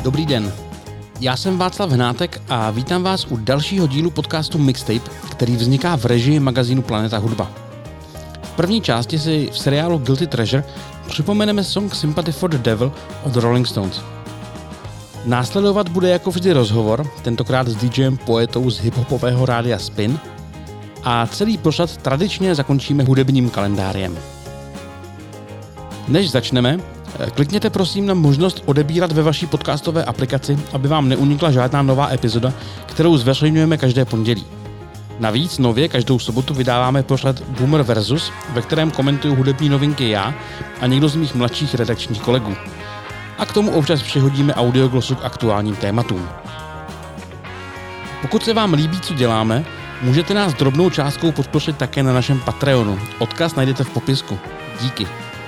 Dobrý den, já jsem Václav Hnátek a vítám vás u dalšího dílu podcastu Mixtape, který vzniká v režii magazínu Planeta hudba. V první části si v seriálu Guilty Treasure připomeneme song Sympathy for the Devil od Rolling Stones. Následovat bude jako vždy rozhovor, tentokrát s DJem Poetou z hiphopového rádia Spin, a celý pořad tradičně zakončíme hudebním kalendáriem. Než začneme, klikněte prosím na možnost odebírat ve vaší podcastové aplikaci, aby vám neunikla žádná nová epizoda, kterou zveřejňujeme každé pondělí. Navíc nově každou sobotu vydáváme pořad Boomer versus, ve kterém komentuju hudební novinky já a někdo z mých mladších redakčních kolegů. A k tomu občas přihodíme audioglosu k aktuálním tématům. Pokud se vám líbí, co děláme, můžete nás drobnou částkou podpořit také na našem Patreonu. Odkaz najdete v popisku. Díky.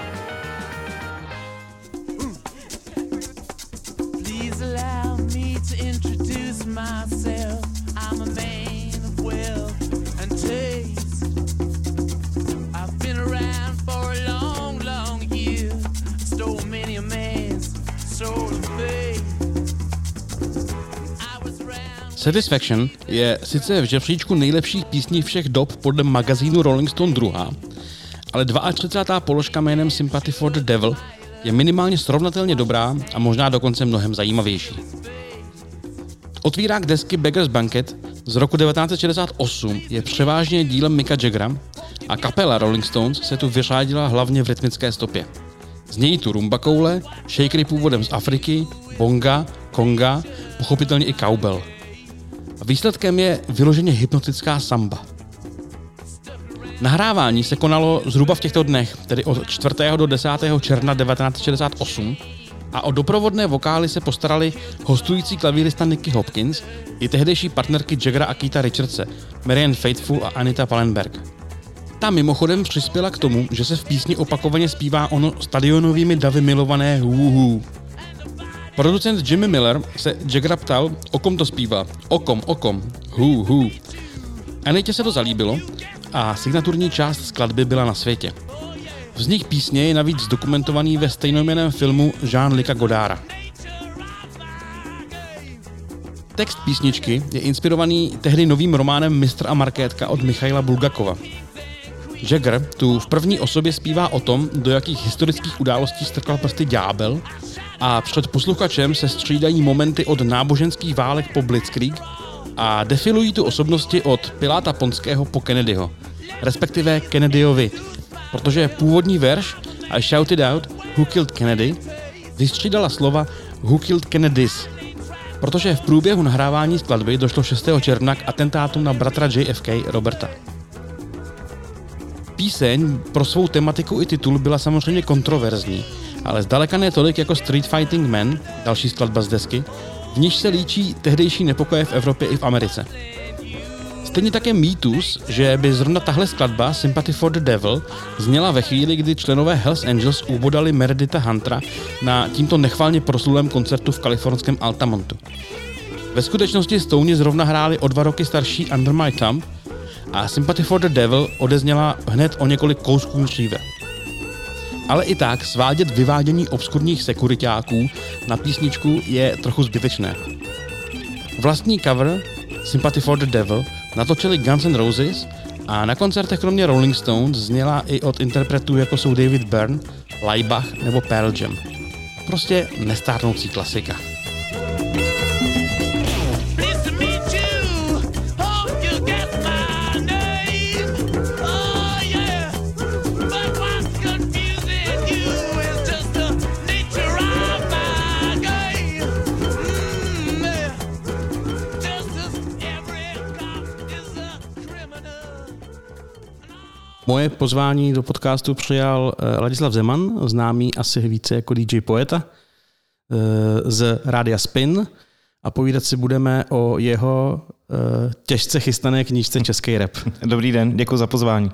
Satisfaction je sice v žebříčku nejlepších písní všech dob podle magazínu Rolling Stone druhá, ale 32. položka jménem Sympathy for the Devil je minimálně srovnatelně dobrá a možná dokonce mnohem zajímavější. Otvírák desky Beggar's Banquet z roku 1968 je převážně dílem Micka Jaggera a kapela Rolling Stones se tu vyřádila hlavně v rytmické stopě. Znějí tu rumba koule, shakery původem z Afriky, bonga, konga, pochopitelně i cowbell. A výsledkem je vyloženě hypnotická samba. Nahrávání se konalo zhruba v těchto dnech, tedy od 4. do 10. června 1968, a o doprovodné vokály se postarali hostující klavírista Nicky Hopkins i tehdejší partnerky Jaggera a Keitha Richardse, Marianne Faithfull a Anita Pallenberg. Ta mimochodem přispěla k tomu, že se v písni opakovaně zpívá ono stadionovými davy milované Woohoo. Producent Jimmy Miller se Jaggera ptal, o kom to zpívá. O kom, hů. Anitě se to zalíbilo a signaturní část skladby byla na světě. Vznik písně je navíc zdokumentovaný ve stejnojmenném filmu Jean-Luca Godarda. Text písničky je inspirovaný tehdy novým románem Mistr a Markétka od Michaila Bulgakova. Jagger tu v první osobě zpívá o tom, do jakých historických událostí strkal prsty ďábel, a před posluchačem se střídají momenty od náboženských válek po Blitzkrieg a defilují tu osobnosti od Piláta Ponského po Kennedyho, respektive Kennedyovi, protože původní verš I shouted out Who killed Kennedy vystřídala slova Who killed Kennedys, protože v průběhu nahrávání skladby došlo 6. června k atentátu na bratra JFK Roberta. Píseň pro svou tematiku i titul byla samozřejmě kontroverzní, ale zdaleka ne tolik jako Street Fighting Man, další skladba z desky, v níž se líčí tehdejší nepokoje v Evropě i v Americe. Stejně také mýtus, že by zrovna tahle skladba Sympathy for the Devil zněla ve chvíli, kdy členové Hells Angels ubodali Mereditha Huntera na tímto nechvalně proslulém koncertu v kalifornském Altamontu. Ve skutečnosti Stoni zrovna hráli o 2 roky starší Under My Thumb a Sympathy for the Devil odezněla hned o několik kousků dříve. Ale i tak svádět vyvádění obskurních sekuriťáků na písničku je trochu zbytečné. Vlastní cover Sympathy for the Devil natočili Guns N' Roses a na koncertech kromě Rolling Stones zněla i od interpretů jako jsou David Byrne, Laibach nebo Pearl Jam. Prostě nestárnoucí klasika. Moje pozvání do podcastu přijal Ladislav Zeman, známý asi více jako DJ Poeta z rádia Spin, a povídat si budeme o jeho těžce chystané knížce Český rap. Dobrý den, děkuji za pozvání.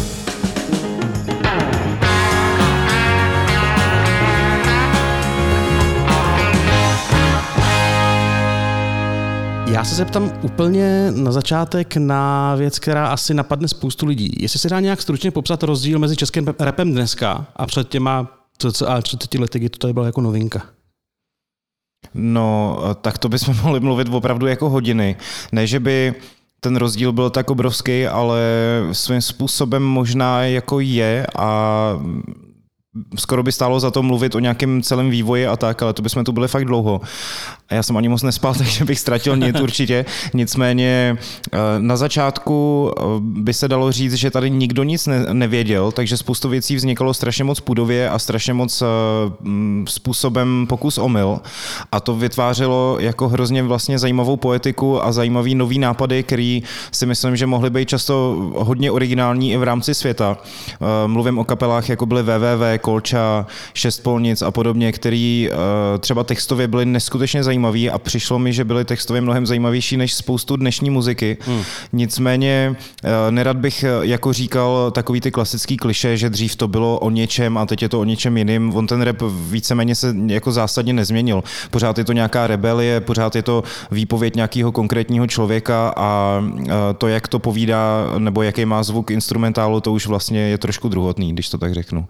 Já se zeptám úplně na začátek na věc, která asi napadne spoustu lidí. Jestli se dá nějak stručně popsat rozdíl mezi českým rapem dneska a před těma 30 lety, kdy to tady byla jako novinka. No, tak to bychom mohli mluvit opravdu jako hodiny. Ne, že by ten rozdíl byl tak obrovský, ale svým způsobem možná jako je a skoro by stálo za to mluvit o nějakém celém vývoji a tak, ale to bychom tu byli fakt dlouho. A já jsem ani moc nespal, takže bych ztratil nic určitě. Nicméně na začátku by se dalo říct, že tady nikdo nic nevěděl, takže spoustu věcí vznikalo strašně moc pudově a strašně moc způsobem pokus omyl. A to vytvářelo jako hrozně vlastně zajímavou poetiku a zajímavý nový nápady, který si myslím, že mohly být často hodně originální i v rámci světa. Mluvím o kapelách, jako byly www, Kolča, Šest polnic a podobně, který třeba textově byly neskutečně zajímavý a přišlo mi, že byly textově mnohem zajímavější než spoustu dnešní muziky. Nicméně nerad bych jako říkal takový ty klasický klišé, že dřív to bylo o něčem a teď je to o něčem jiným. On ten rap víceméně se jako zásadně nezměnil. Pořád je to nějaká rebelie, pořád je to výpověď nějakého konkrétního člověka a to, jak to povídá nebo jaký má zvuk instrumentálu, to už vlastně je trošku druhotný, když to tak řeknu.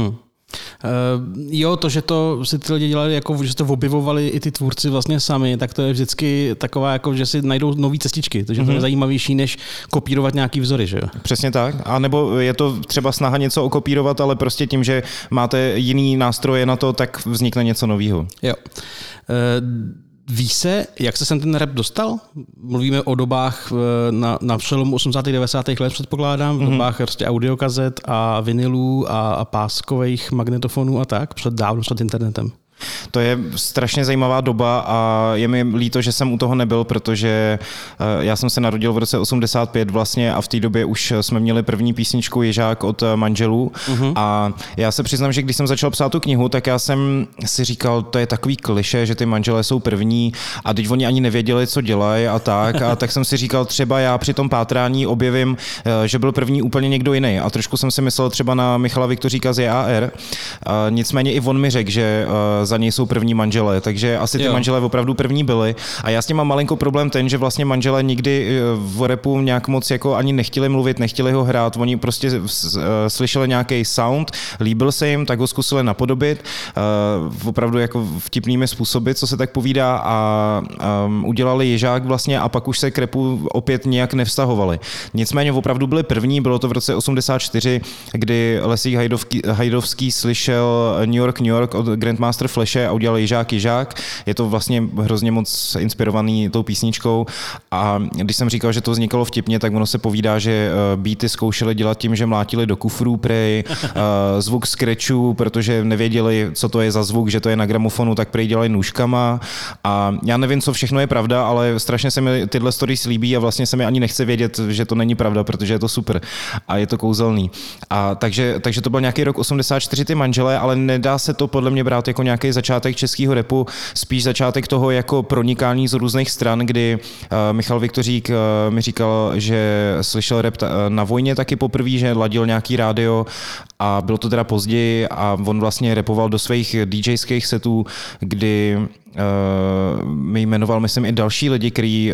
Jo, to, že to si ty lidi dělali, jako, že to objevovali i ty tvůrci vlastně sami, tak to je vždycky taková, jako, že si najdou nový cestičky, takže to je zajímavější, než kopírovat nějaký vzory, že jo? Přesně tak, a nebo je to třeba snaha něco okopírovat, ale prostě tím, že máte jiný nástroje na to, tak vznikne něco nového. Jo. Ví se, jak se sem ten rap dostal? Mluvíme o dobách na přelomu 80. a 90. let, předpokládám, v dobách prostě audiokazet a vinylů a páskových magnetofonů a tak, dávno před internetem. To je strašně zajímavá doba a je mi líto, že jsem u toho nebyl, protože já jsem se narodil v roce 85 vlastně a v té době už jsme měli první písničku Ježák od Manželů a já se přiznám, že když jsem začal psát tu knihu, tak já jsem si říkal, to je takový klišé, že ty manželé jsou první a teď oni ani nevěděli, co dělají a tak jsem si říkal, třeba já při tom pátrání objevím, že byl první úplně někdo jiný a trošku jsem si myslel třeba na Michala Viktoříka z JAR, nicméně i on mi řekl, že za něj jsou první manželé, takže asi ty manželé opravdu první byli. A já s tím mám malinko problém ten, že vlastně manželé nikdy v rapu nějak moc jako ani nechtěli mluvit, nechtěli ho hrát, oni prostě slyšeli nějaký sound, líbil se jim, tak ho zkusili napodobit, opravdu jako vtipnými způsoby, co se tak povídá a udělali Ježák vlastně a pak už se k rapu opět nějak nevztahovali. Nicméně opravdu byli první, bylo to v roce 84, kdy Lesík Hajdovský slyšel New York od Grandmaster Flashe a udělal Ježák. Je to vlastně hrozně moc inspirovaný tou písničkou a když jsem říkal, že to vznikalo vtipně, tak ono se povídá, že beaty zkoušeli dělat tím, že mlátili do kufrů prej, zvuk scratchů, protože nevěděli, co to je za zvuk, že to je na gramofonu, tak prej dělali nůžkama a já nevím, co všechno je pravda, ale strašně se mi tyhle stories líbí a vlastně se mi ani nechce vědět, že to není pravda, protože je to super a je to kouzelný. A takže to byl nějaký rok 84 ty manželé, ale nedá se to podle mě brát jako nějaký začátek českého rapu, spíš začátek toho jako pronikání z různých stran, kdy Michal Viktořík mi říkal, že slyšel rap na Vojně taky poprvé, že ladil nějaký rádio a bylo to teda později a on vlastně rapoval do svých DJských setů, kdy mi jmenoval, myslím, i další lidi, kteří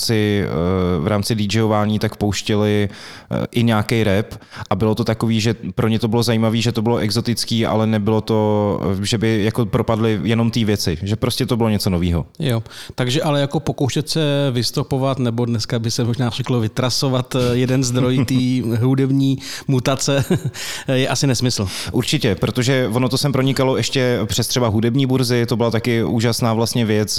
v rámci DJování tak pouštěli i nějaký rap a bylo to takový, že pro ně to bylo zajímavé, že to bylo exotický, ale nebylo to, že by jako propadly jenom ty věci, že prostě to bylo něco nového. Jo, takže ale jako pokoušet se vystopovat, nebo dneska by se možná řeklo vytrasovat jeden zdroj té hudební mutace je asi nesmysl. Určitě, protože ono to sem pronikalo ještě přes třeba hudební burzy, to byla taky úžasná vlastně věc,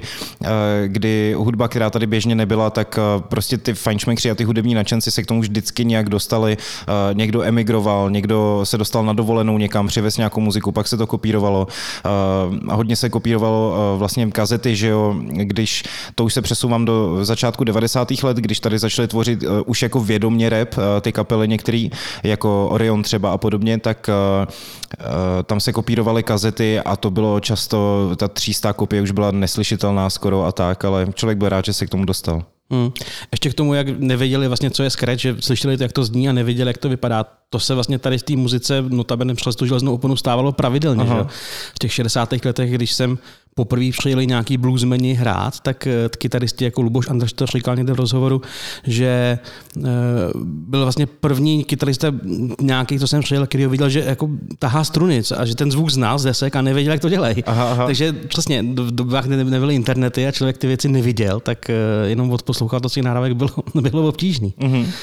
kdy hudba, která tady běžně nebyla, tak prostě ty fajnšmekři a ty hudební nadšenci se k tomu vždycky nějak dostali. Někdo emigroval, někdo se dostal na dovolenou někam, přivez nějakou muziku, pak se to kopírovalo. A hodně se kopírovalo vlastně kazety, že jo, když to už se přesouvám do začátku 90. let, když tady začaly tvořit už jako vědomě rap ty kapely některý, jako Orion třeba a podobně, tak tam se kopírovaly kazety a to bylo často, ta 300 kopie už byla neslyšitelná skoro a tak, ale člověk byl rád, že se k tomu dostal. Ještě k tomu, jak nevěděli vlastně, co je scratch, že slyšeli, jak to zní a nevěděli, jak to vypadá. To se vlastně tady v té muzice, notabene přes tu železnou oponu stávalo pravidelně. Že? V těch 60. letech, když jsem poprvé přijeli nějaký bluesmeni hrát, tak kytaristi jako Luboš Andrš to říkal někde v rozhovoru, že byl vlastně první kytarista nějaký, co jsem přijel, který ho viděl, že jako tahá strunic a že ten zvuk znal z desek a nevěděl, jak to dělají. Takže přesně, v dobách, kdy nebyly internety a člověk ty věci neviděl, tak jenom odposlouchat to si nahrávek bylo obtížný.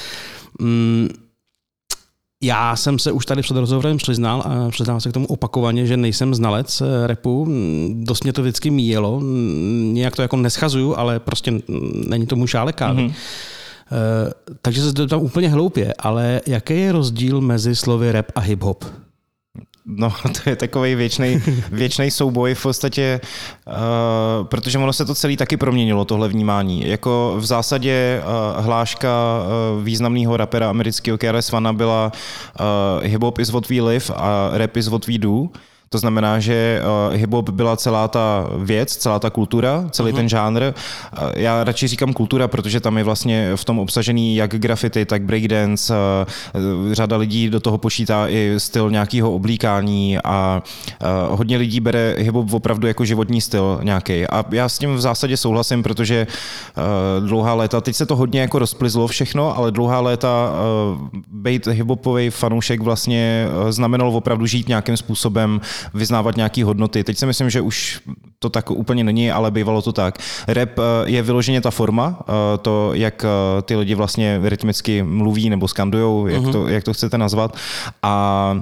Já jsem se už tady před rozhovorem přiznal a přiznám se k tomu opakovaně, že nejsem znalec rapu. Dost mě to vždycky míjelo. Nějak to jako neschazuju, ale prostě není tomu šále kávy. Takže se to tam úplně hloupě. Ale jaký je rozdíl mezi slovy rap a hip-hop? No, to je takovej věčný souboj v podstatě, protože ono se to celé taky proměnilo, tohle vnímání. Jako v zásadě hláška významného rapera amerického KRS-Ona byla hip-hop is what we live a rap is what we do. To znamená, že hip-hop byla celá ta věc, celá ta kultura, celý ten žánr. Já radši říkám kultura, protože tam je vlastně v tom obsažený jak graffiti, tak breakdance. Řada lidí do toho počítá i styl nějakého oblíkání a hodně lidí bere hip-hop opravdu jako životní styl nějaký. A já s tím v zásadě souhlasím, protože dlouhá léta, teď se to hodně jako rozplizlo všechno, ale dlouhá léta být hip-hopový fanoušek vlastně znamenalo opravdu žít nějakým způsobem, vyznávat nějaké hodnoty. Teď si myslím, že už to tak úplně není, ale bývalo to tak. Rap je vyloženě ta forma, to, jak ty lidi vlastně rytmicky mluví nebo skandujou, jak to chcete nazvat. A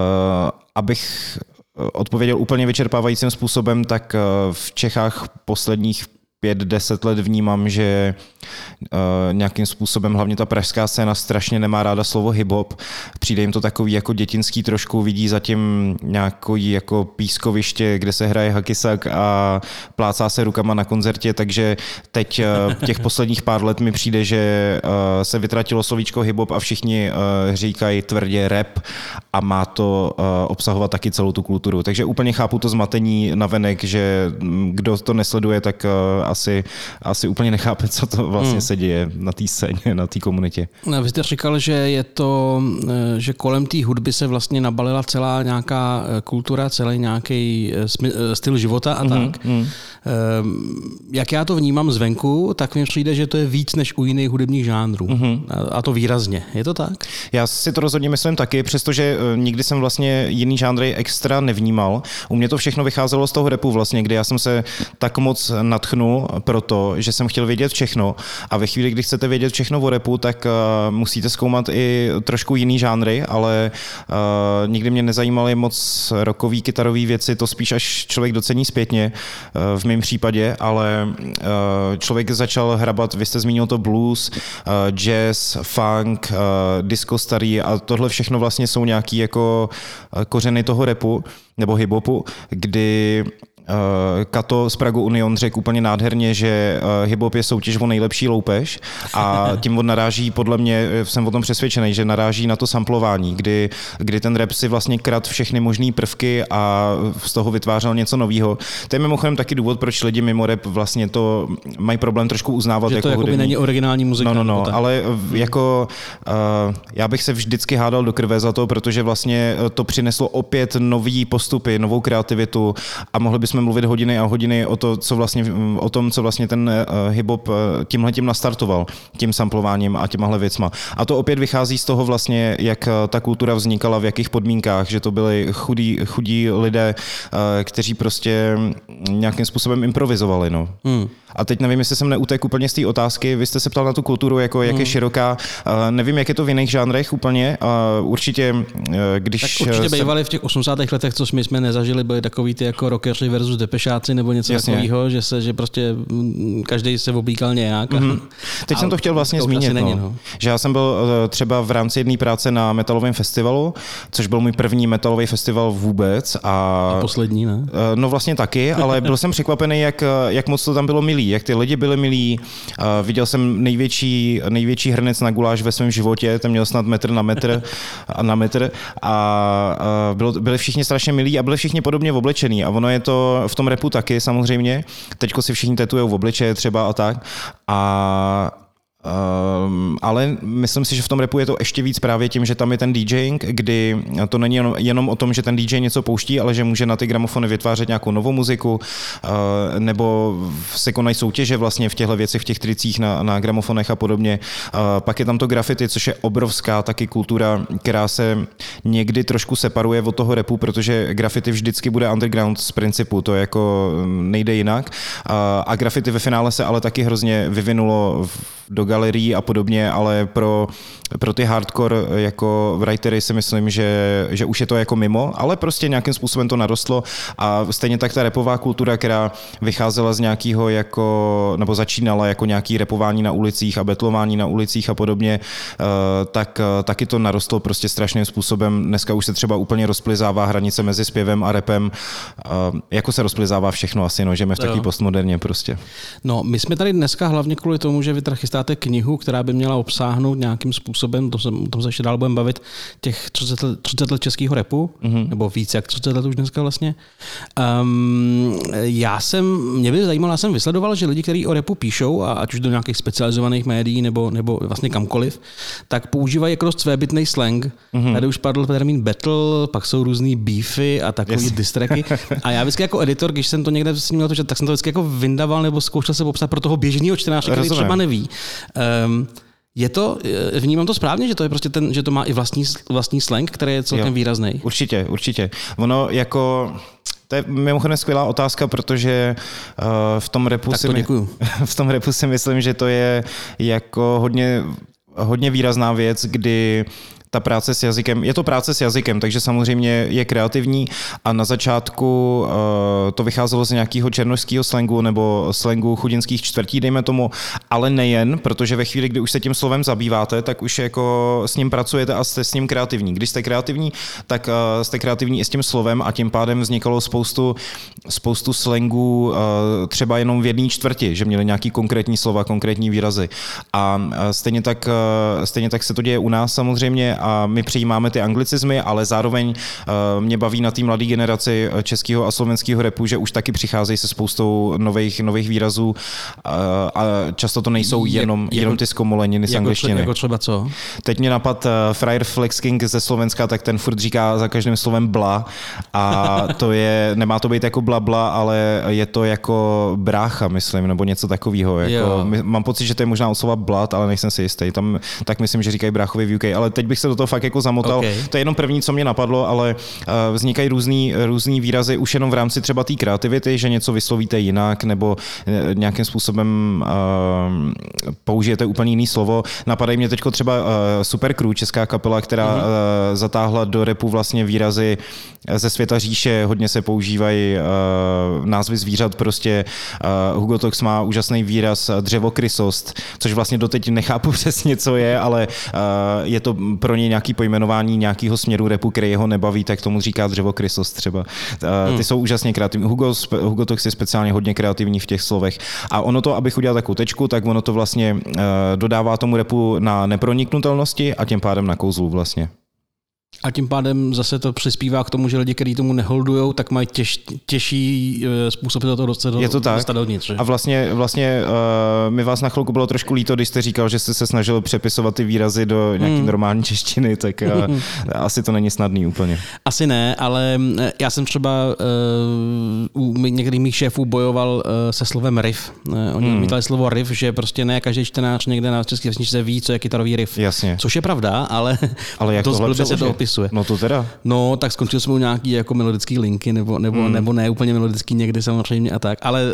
abych odpověděl úplně vyčerpávajícím způsobem, tak v Čechách posledních 5-10 let vnímám, že nějakým způsobem hlavně ta pražská scéna strašně nemá ráda slovo hip-hop. Přijde jim to takový jako dětinský trošku, vidí zatím nějaký jako pískoviště, kde se hraje hakisak a plácá se rukama na koncertě, takže teď těch posledních pár let mi přijde, že se vytratilo slovíčko hip-hop a všichni říkají tvrdě rap a má to obsahovat taky celou tu kulturu. Takže úplně chápu to zmatení navenek, že kdo to nesleduje, tak asi úplně nechápe, co to vlastně se děje na té scéně, na té komunitě. Vy jste říkal, že je to, že kolem té hudby se vlastně nabalila celá nějaká kultura, celý nějaký styl života a tak. Jak já to vnímám zvenku, tak mi přijde, že to je víc než u jiných hudebních žánrů. A to výrazně. Je to tak? Já si to rozhodně myslím taky, přestože nikdy jsem vlastně jiný žánry extra nevnímal. U mě to všechno vycházelo z toho rapu vlastně, kdy já jsem se tak moc nadchnul proto, že jsem chtěl vědět všechno a ve chvíli, kdy chcete vědět všechno o rapu, tak musíte zkoumat i trošku jiný žánry, ale nikdy mě nezajímaly moc rockový, kytarový věci, to spíš až člověk docení zpětně v mém případě, ale člověk začal hrabat, vy jste zmínil to blues, jazz, funk, disco starý a tohle všechno vlastně jsou nějaký jako kořeny toho rapu nebo hip-hopu, kdy Kato z Pragu Union řekl úplně nádherně, že hip-hop je soutěž o nejlepší loupež a tím on naráží, podle mě, jsem o tom přesvědčený, že naráží na to samplování, kdy ten rap si vlastně kradl všechny možný prvky a z toho vytvářel něco nového. To je mimochodem taky důvod, proč lidi mimo rap vlastně to mají problém trošku uznávat. Že to jako není originální muzika. No, ale jako já bych se vždycky hádal do krve za to, protože vlastně to přineslo opět nový postupy, novou kreativitu a mohli bychom mluvit hodiny a hodiny o tom, co vlastně ten hip-hop tímhletím nastartoval, tím samplováním a těmahle věcma. A to opět vychází z toho vlastně, jak ta kultura vznikala, v jakých podmínkách, že to byli chudí lidé, kteří prostě nějakým způsobem improvizovali. No. A teď nevím, jestli jsem neutek úplně z té otázky, vy jste se ptal na tu kulturu, jako jak je široká. Nevím, jak je to v jiných žánrech úplně. Určitě, když... Tak určitě bývali v těch 80. letech, co my jsme nezažili, byli takový ty jako rockeři versus depešáci nebo něco takového, že prostě každý se oblíkal nějak. Teď jsem to chtěl vlastně zmínit, že já jsem byl třeba v rámci jedné práce na metalovém festivalu, což byl můj první metalový festival vůbec. A poslední, ne? No vlastně taky, ale byl jsem překvapený, jak moc to tam bylo milý, jak ty lidi byli milí. Viděl jsem největší hrnec na guláš ve svém životě, ten měl snad metr na metr a byli všichni strašně milí a byli všichni podobně oblečení a ono je to v tom rapu taky samozřejmě. Teďko si všichni tetujou v obličeje třeba a tak. A Ale myslím si, že v tom rapu je to ještě víc právě tím, že tam je ten DJing, kdy to není jenom o tom, že ten DJ něco pouští, ale že může na ty gramofony vytvářet nějakou novou muziku, nebo se konají soutěže vlastně v těchto věcech, v těch tricích na gramofonech a podobně. Pak je tam to graffiti, což je obrovská taky kultura, která se někdy trošku separuje od toho rapu, protože graffiti vždycky bude underground z principu, to jako nejde jinak. A graffiti ve finále se ale taky hrozně vyvinulo do galerií a podobně, ale pro ty hardcore jako writery si myslím, že už je to jako mimo, ale prostě nějakým způsobem to narostlo a stejně tak ta rapová kultura, která vycházela z nějakého jako, nebo začínala jako nějaký rapování na ulicích a betlování na ulicích a podobně, tak taky to narostlo prostě strašným způsobem. Dneska už se třeba úplně rozplizává hranice mezi zpěvem a rapem, jako se rozplizává všechno asi, no, že jsme v takové postmoderně prostě. No, my jsme tady dneska hlavně kvůli tomu, že vy tady chystáte knihu, která by měla obsáhnout nějakým způsobem, o tom se ještě dál budeme bavit, těch 30 let českého rapu, nebo víc jak 30 let už dneska vlastně. Mě by zajímalo, já jsem vysledoval, že lidi, kteří o rapu píšou, a ať už do nějakých specializovaných médií, nebo vlastně kamkoliv, tak používají jako dost svébytný slang. Tady už padl termín battle, pak jsou různý beefy a takový distracky. A já vždycky jako editor, když jsem to někde s ním tak jsem to vždycky jako vyndaval nebo zkoušel se popsat pro toho běžného čtenáře, který třeba neví. Je to, vnímám to správně, že to je prostě že to má i vlastní slang, který je celkem výrazný. Určitě. Ono jako, to je mimochodem skvělá otázka, protože v tom rapu si myslím, že to je jako hodně výrazná věc, kdy ta práce s jazykem, je to práce s jazykem, takže samozřejmě je kreativní a na začátku to vycházelo z nějakého černošského slangu nebo slangu chudinských čtvrtí, dejme tomu, ale nejen, protože ve chvíli, kdy už se tím slovem zabýváte, tak už jako s ním pracujete a jste s ním kreativní. Když jste kreativní, tak jste kreativní i s tím slovem a tím pádem vznikalo spoustu slangů třeba jenom v jedné čtvrti, že měli nějaký konkrétní slova, konkrétní výrazy. A stejně tak se to děje u nás samozřejmě a my přijímáme ty anglicizmy, ale zároveň mě baví na té mladé generaci českého a slovenského rapu, že už taky přicházejí se spoustou nových výrazů a často to nejsou jenom ty zkomoleniny z angličtiny. Jako třeba co? Teď mě napad Friar Flex King ze Slovenska, tak ten furt říká za každým slovem bla a to je, nemá to být jako blabla, ale je to jako brácha, myslím, nebo něco takového. Jako, mám pocit, že to je možná od slova blat, ale nejsem si jistý. Tam tak myslím, že říkají bráchovi v UK, ale teď bych se do toho fakt jako zamotal. Okay. To je jenom první, co mě napadlo, ale vznikají různý výrazy už jenom v rámci třeba té kreativity, že něco vyslovíte jinak nebo nějakým způsobem použijete úplně jiný slovo. Napadají mě teď třeba Super Crew, česká kapela, která zatáhla do rapu vlastně výrazy ze světa říše, hodně se používají názvy zvířat, prostě Hugo Tox má úžasný výraz dřevokrysost, což vlastně doteď nechápu přesně, co je, ale je to pro něj nějaký pojmenování nějakého směru rapu, který jeho nebaví, tak tomu říká dřevokrysost třeba. Ty jsou úžasně kreativní. Hugo Tox je speciálně hodně kreativní v těch slovech. A ono to, abych udělal takovou tečku, tak ono to vlastně dodává tomu rapu na neproniknutelnosti a tím pádem na kouzlu vlastně. A tím pádem zase to přispívá k tomu, že lidi, kteří tomu neholdujou, tak mají těžší způsob do toho dostat dovnitř. A vlastně mi vás na chvilku bylo trošku líto, když jste říkal, že jste se snažil přepisovat ty výrazy do nějaké normální češtiny, tak asi to není snadný úplně. Asi ne, ale já jsem třeba u některých mých šéfů bojoval se slovem riff. Oni mítali slovo riff, že prostě ne každý čtenář někde na české vesničce ví, co je kytarový riff. Jasně. Což je pravda, ale jak dost blbě se to opisuje. No to teda. No, tak skončil jsme u nějaký jako melodický linky, nebo ne úplně melodický někdy samozřejmě a tak, ale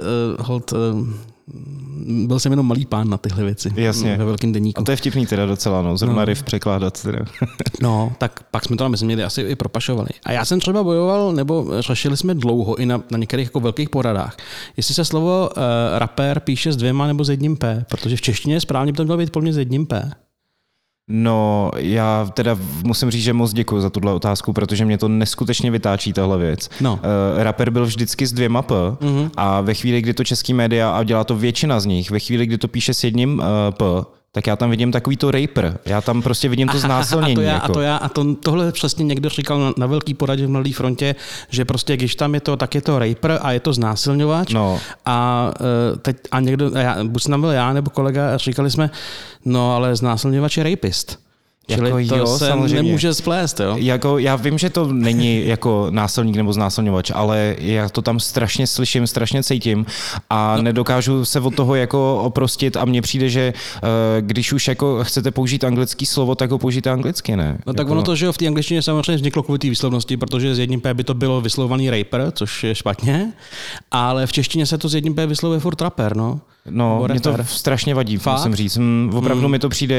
byl jsem jenom malý pán na tyhle věci. Jasně. Ve velkým deníku. A to je vtipný teda docela, no, zrovna riff překládat teda. No, tak pak jsme to myslím někdy asi i propašovali. A já jsem třeba bojoval, nebo řešili jsme dlouho i na některých jako velkých poradách, jestli se slovo rapper píše s 2 nebo s 1 P, protože v češtině správně by to mělo být podle mě s 1 P. No, já teda musím říct, že moc děkuji za tuhle otázku, protože mě to neskutečně vytáčí tahle věc. No. Rapper byl vždycky s 2 P a ve chvíli, kdy to český média, a dělá to většina z nich, ve chvíli, kdy to píše s 1 P, tak já tam vidím takový to raper. Já tam prostě vidím to znásilnění. Tohle přesně někdo říkal na velký poradě v Mladé frontě, že prostě když tam je to, tak je to raper a je to znásilňovač. No. A někdo, buď jsem tam byl já nebo kolega a říkali jsme, no ale znásilňovač je rapist. Čili to se samozřejmě nemůže splést, jo? Jako, já vím, že to není jako násilník nebo znásilňovač, ale já to tam strašně slyším, strašně cítím a nedokážu se od toho jako oprostit a mně přijde, že když už jako chcete použít anglický slovo, tak ho použijte anglicky, ne? No tak jako ono to, že v té angličtině samozřejmě vzniklo kvůli té výslovnosti, protože z jedním P by to bylo vyslovovaný raper, což je špatně, ale v češtině se to z jedním P vyslovuje furt rapper, no. No, mě to strašně vadí, musím říct. Opravdu mi to přijde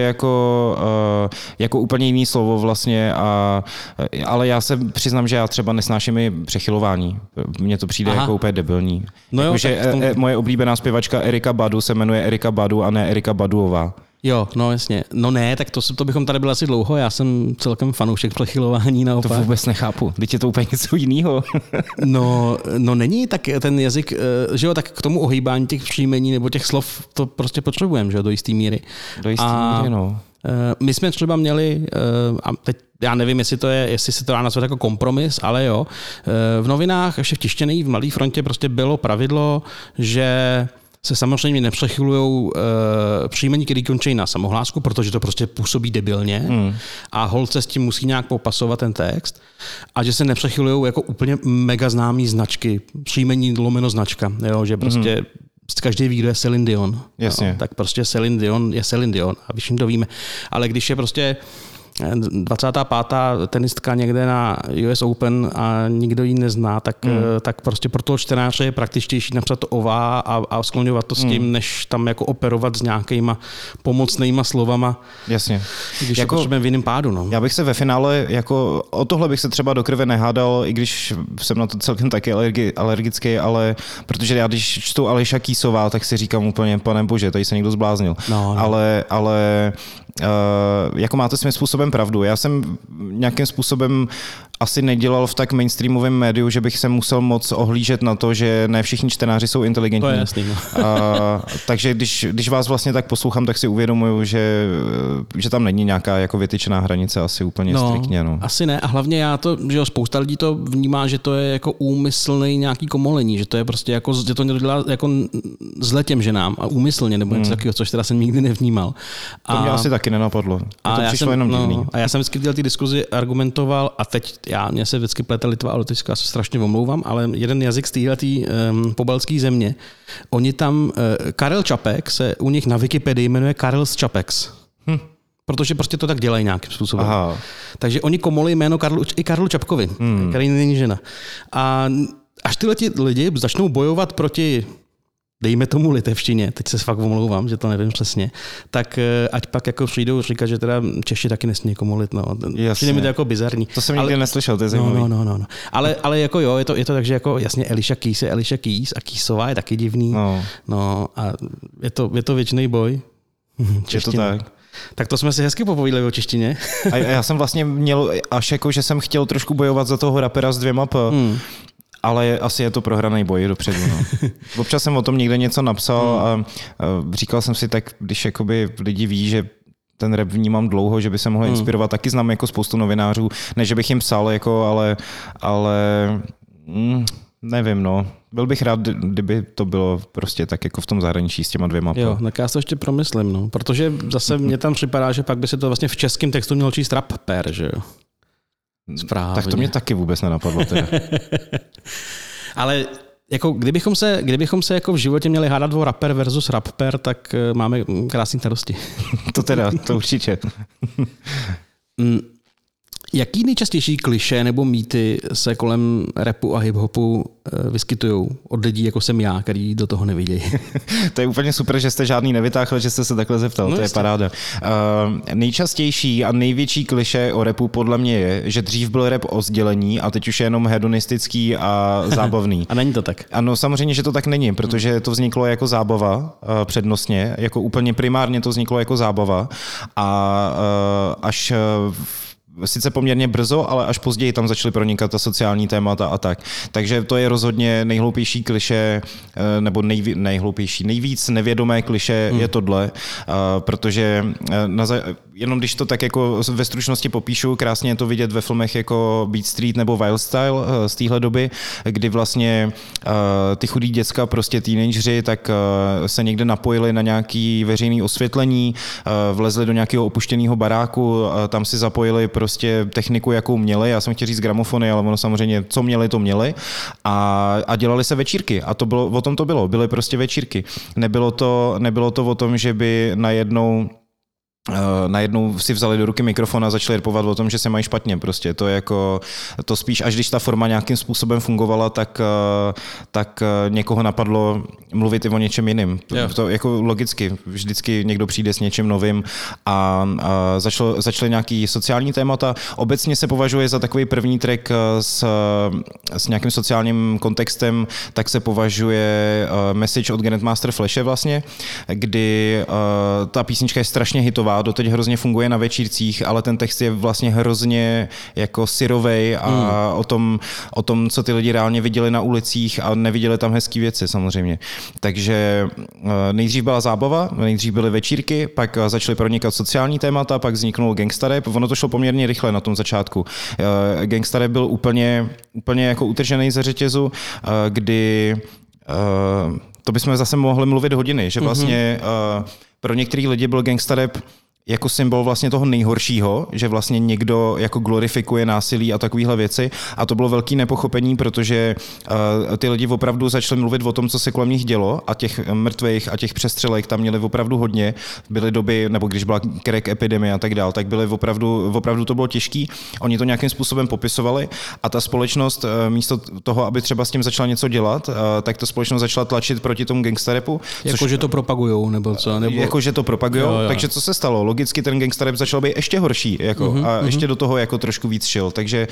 jako úplně jiný slovo vlastně, ale já se přiznám, že já třeba nesnáším i přechylování. Mně to přijde jako úplně debilní. No jo, že moje oblíbená zpěvačka Erika Badu se jmenuje Erika Badu a ne Erika Baduová. Jo, no jasně. No ne, tak to bychom tady byli asi dlouho, já jsem celkem fanoušek přechylování naopak. To vůbec nechápu, teď je to úplně něco jiného. No není, tak ten jazyk, že jo, tak k tomu ohýbání těch příjmení nebo těch slov to prostě potřebujeme, že jo, do jistý míry. Do jistý míry, no. My jsme třeba měli, a teď já nevím, jestli se to dá nazvat jako kompromis, ale jo, v novinách, ještě v tištěné, v Mladé frontě prostě bylo pravidlo, že se samozřejmě nepřechylujou příjmení, který končí na samohlásku, protože to prostě působí debilně a holce s tím musí nějak popasovat ten text a že se nepřechylujou jako úplně mega známý značky, příjmení lomeno značka, jo, že prostě každý ví, kdo je Celine Dion. Jasně. No, tak prostě Celine Dion je Celine Dion a všichni to víme. Ale když je prostě 25. tenistka někde na US Open a nikdo ji nezná, tak prostě pro toho čtenáře je praktičtější napsat to ová a skloňovat to s tím, než tam jako operovat s nějakýma pomocnýma slovama. Jasně. Když jako, v jiném pádu. No. Já bych se ve finále, jako o tohle bych se třeba do krve nehádal, i když jsem na to celkem taky alergický, ale protože já když čtu Aleša Kýsová, tak si říkám úplně, pane bože, tady se někdo zbláznil. No. Ale jako máte svým způsobem pravdu. Já jsem nějakým způsobem asi nedělal v tak mainstreamovém médiu, že bych se musel moc ohlížet na to, že ne všichni čtenáři jsou inteligentní. To je jasný, no. Takže když vás vlastně tak poslouchám, tak si uvědomuju, že tam není nějaká jako vytyčená hranice asi úplně striktně. No. Asi ne a hlavně že spousta lidí to vnímá, že to je jako úmyslný nějaký komolení, že to je prostě jako, že to dělá jako zle těm ženám a úmyslně nebo něco takového, což teda jsem nikdy nevnímal. To mě asi taky nenapadlo. A já jsem vždycky v té diskuzi argumentoval a teď mě se vždycky plete Litva a Lotyšsko, já se strašně omlouvám, ale jeden jazyk z téhletý pobaltské země, oni tam, Karel Čapek se u nich na Wikipedii jmenuje Karels Čapex. Protože prostě to tak dělají nějakým způsobem. Aha. Takže oni komolí jméno Karlu Čapkovi, který není žena. A až tyhle lidi začnou bojovat proti dejme tomu litevštině, teď se fakt omlouvám, že to nevím přesně, tak ať pak jako přijdou říkat, že teda Češi taky nesmí komolit, no. Přijde mi to jako bizarní. To jsem nikdy neslyšel, to je zajímavý. No. Ale jako jo, je to tak, že jako jasně Eliša Keys je Eliša Keys a Keysová je taky divný. No a je to věčný boj. Je to tak. Tak to jsme si hezky popovídali o češtině. A já jsem vlastně měl až jako, že jsem chtěl trošku bojovat za toho rapera s 2 P. Ale asi je to prohraný boj dopředu. No. Občas jsem o tom někde něco napsal a říkal jsem si tak, když jakoby lidi ví, že ten rap vnímám dlouho, že by se mohli inspirovat. Taky znám jako spoustu novinářů, ne, že bych jim psal, jako, ale nevím, no. Byl bych rád, kdyby to bylo prostě tak jako v tom zahraničí s těma 2 P. Jo, tak já to ještě promyslím, no. Protože zase mně tam připadá, že pak by se to vlastně v českém textu mělo číst rapper, že jo. Správně. Tak to mě taky vůbec nenapadlo teda. Ale jako kdybychom se jako v životě měli hádat o rapper versus rapper, tak máme krásný starosti. To určitě. Jaký nejčastější klišé nebo mýty se kolem rapu a hiphopu vyskytují od lidí, jako jsem já, který do toho nevidějí? To je úplně super, že jste žádný nevytáhl, že jste se takhle zeptal, no to je paráda. Nejčastější a největší klišé o rapu podle mě je, že dřív byl rap o sdělení a teď už je jenom hedonistický a zábavný. A není to tak? Ano, samozřejmě, že to tak není, protože to vzniklo jako zábava přednostně, jako úplně primárně to vzniklo jako zábava a až sice poměrně brzo, ale až později tam začaly pronikat ta sociální témata a tak. Takže to je rozhodně nejhloupější klišé, nebo nejvíc nevědomé klišé je tohle, protože jenom když to tak jako ve stručnosti popíšu, krásně je to vidět ve filmech jako Beat Street nebo Wild Style z téhle doby, kdy vlastně ty chudí děcka, prostě teenageři, tak se někde napojili na nějaký veřejný osvětlení, vlezli do nějakého opuštěného baráku, tam si zapojili prostě techniku, jakou měli, já jsem chtěl říct gramofony, ale ono samozřejmě, co měli, to měli a dělali se večírky a to bylo, o tom to bylo, byly prostě večírky. Nebylo to o tom, že by najednou si vzali do ruky mikrofon a začali rapovat o tom, že se mají špatně. Prostě to je jako, to spíš, až když ta forma nějakým způsobem fungovala, tak někoho napadlo mluvit i o něčem jiným. Yeah. To jako logicky, vždycky někdo přijde s něčím novým a začaly nějaký sociální témata. Obecně se považuje za takový první track s nějakým sociálním kontextem, tak se považuje Message od Grandmaster Flashe vlastně, kdy ta písnička je strašně hitová, doteď hrozně funguje na večírcích, ale ten text je vlastně hrozně jako syrovej a o tom, co ty lidi reálně viděli na ulicích a neviděli tam hezký věci samozřejmě. Takže nejdřív byla zábava, nejdřív byly večírky, pak začaly pronikat sociální témata, pak vzniknul gangsta rap. Ono to šlo poměrně rychle na tom začátku. Gangsta rap byl úplně jako utržený ze řetězu, kdy to bychom zase mohli mluvit hodiny, že vlastně pro některý lidi byl gangsta rap jako symbol vlastně toho nejhoršího, že vlastně někdo jako glorifikuje násilí a takovéhle věci a to bylo velký nepochopení, protože ty lidi opravdu začali mluvit o tom, co se kolem nich dělo a těch mrtvých a těch přestřelek tam měli opravdu hodně. Byly doby, nebo když byla crack epidemie a tak dál, tak byly opravdu to bylo těžký. Oni to nějakým způsobem popisovali a ta společnost místo toho, aby třeba s tím začala něco dělat, tak ta společnost začala tlačit proti tomu gangsta rapu. Jakože to propagujou, nebo co? Nebo... Jakože to propagujou, jo. Takže co se stalo? Logicky ten gangsta rap začal být ještě horší a ještě do toho jako trošku víc šil. Takže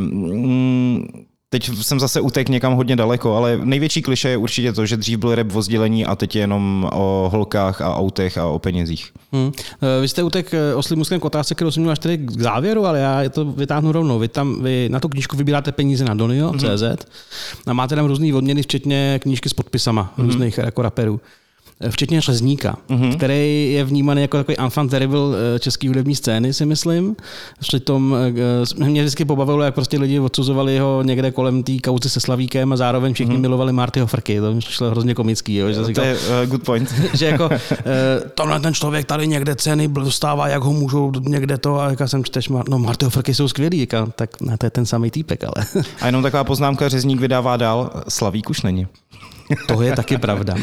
teď jsem zase utek někam hodně daleko, ale největší klišé je určitě to, že dřív byl rap o sdělení a teď je jenom o holkách a autech a o penězích. Vy jste utek oslým muskem k otázce, kterou jsem měl až tady k závěru, ale já to vytáhnu rovnou. Vy na tu knížku vybíráte peníze na Donio.cz a máte tam různý odměny, včetně knížky s podpisama různých jako raperů. Včetně Řezníka, který je vnímaný jako takový enfant terrible české hudební scény, si myslím. Přitom mě vždycky pobavilo, jak prostě lidi odsuzovali ho někde kolem té kauzy se Slavíkem a zároveň všichni milovali Martyho Frky. To mi přišlo hrozně komický. Jo, že to je good point. Že jako tohle ten člověk tady někde ceny dostává, jak ho můžou někde to a jak jsem čteš, no Martyho Frky jsou skvělý, tak ne, to je ten samý týpek, ale. A jenom taková poznámka, Řezník vydává dál, Slavík už není. To je taky pravda.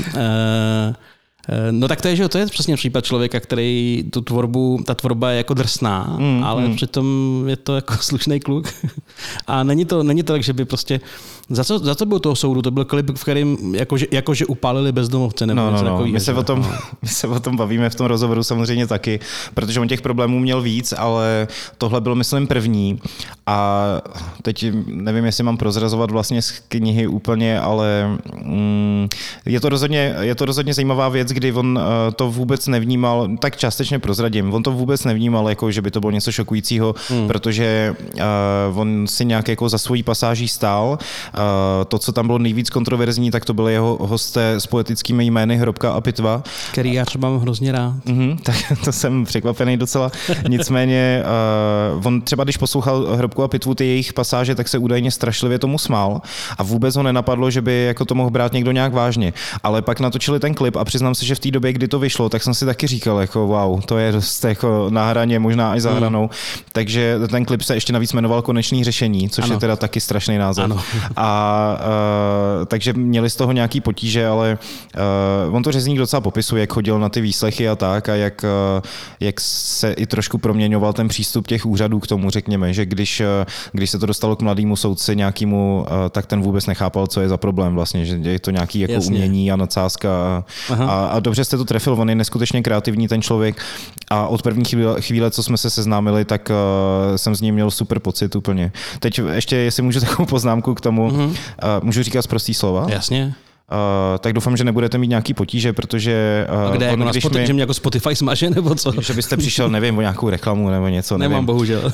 No tak to je, že to je přesně případ člověka, který ta tvorba je jako drsná, ale přitom je to jako slušný kluk. A není to tak, že by prostě za co byl toho soudu? To byl klip, v kterém jakože upálili bezdomovce nebo něco takového. My se o tom bavíme v tom rozhovoru samozřejmě taky, protože on těch problémů měl víc, ale tohle byl, myslím, první. A teď nevím, jestli mám prozrazovat vlastně z knihy úplně, ale je to rozhodně zajímavá věc, kdy on to vůbec nevnímal, tak částečně prozradím, on to vůbec nevnímal, jako že by to bylo něco šokujícího, protože on si nějak jako za svojí pasáží stál. To, co tam bylo nejvíc kontroverzní, tak to byly jeho hosté s poetickými jmény Hrobka a Pitva. Který já třeba mám hrozně rád. Tak to jsem překvapený docela. Nicméně on třeba, když poslouchal Hrobku a Pitvu, ty jejich pasáže, tak se údajně strašlivě tomu smál a vůbec ho nenapadlo, že by jako to mohl brát někdo nějak vážně. Ale pak natočili ten klip a přiznám se, že v té době, kdy to vyšlo, tak jsem si taky říkal, jako wow, to je dost jako na hraně, možná až za hranou. Takže ten klip se ještě navíc jmenoval Konečný řešení, což je teda taky strašný název. Ano. Takže měli z toho nějaký potíže, ale on to Řezník docela popisuje, jak chodil na ty výslechy a tak a jak se i trošku proměňoval ten přístup těch úřadů k tomu, řekněme, že když se to dostalo k mladému soudci nějakému, tak ten vůbec nechápal, co je za problém vlastně, že je to nějaký jako umění a nadsázka a dobře jste to trefil, on je neskutečně kreativní ten člověk a od první chvíle, co jsme se seznámili, tak jsem z něj měl super pocit úplně. Teď ještě, jestli můžu takovou poznámku k tomu, můžu říkat sprostý slova? Jasně. tak doufám, že nebudete mít nějaký potíže, protože... A kde, že mě jako Spotify smaže, nebo co? Že byste přišel, nevím, o nějakou reklamu nebo něco, nevím. Nemám, bohužel.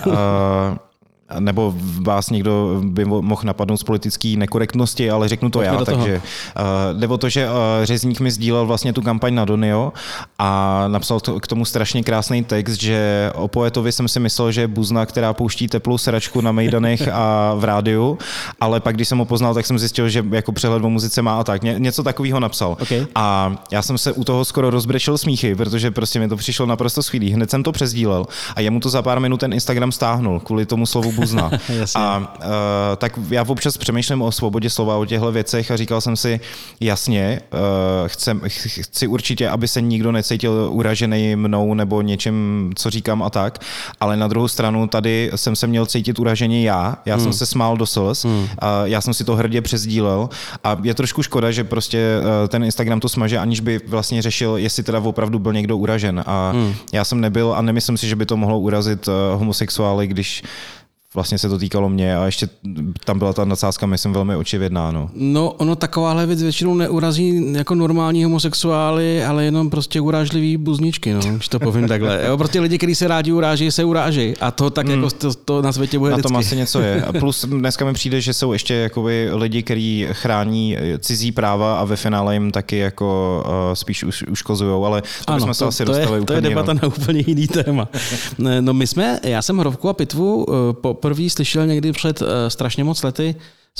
Nebo vás někdo by mohl napadnout z politické nekorektnosti, ale řeknu to já. Takže jde o to, že Řezník mi sdílel vlastně tu kampaň na Donio a napsal k tomu strašně krásný text, že o poetovi jsem si myslel, že je buzna, která pouští teplou sračku na mejdanech a v rádiu, ale pak, když jsem ho poznal, tak jsem zjistil, že jako přehled o muzice má a tak. Něco takového napsal. Okay. A já jsem se u toho skoro rozbrečel smíchy, protože prostě mi to přišlo naprosto skvělý. Hned jsem to přesdílel a jemu to za pár minut ten Instagram stáhnul kvůli tomu slovu buzna. A tak já občas přemýšlím o svobodě slova, o těchto věcech a říkal jsem si, jasně, chci určitě, aby se nikdo necítil uražený mnou nebo něčím, co říkám a tak, ale na druhou stranu tady jsem se měl cítit uraženě já jsem se smál do slz, já jsem si to hrdě přesdílel a je trošku škoda, že prostě ten Instagram to smaže, aniž by vlastně řešil, jestli teda opravdu byl někdo uražen a já jsem nebyl a nemyslím si, že by to mohlo urazit homosexuály, když vlastně se to týkalo mě a ještě tam byla ta nadsázka, myslím, velmi očividná. No, ono takováhle věc většinou neurazí jako normální homosexuály, ale jenom prostě urážlivý buzničky, no, když to povím takhle. Jo, prostě lidi, kteří se rádi uráží, se uráží a to tak jako to na světě bude vždycky. Na tom asi něco je. A plus dneska mi přijde, že jsou ještě jakoby lidi, kteří chrání cizí práva a ve finále jim taky jako spíš uškozujou, ale to bychom se asi dostali úplně. To je debata na úplně jiný téma. No já jsem Hrovku a pitvu poprvé slyšel někdy před strašně moc lety.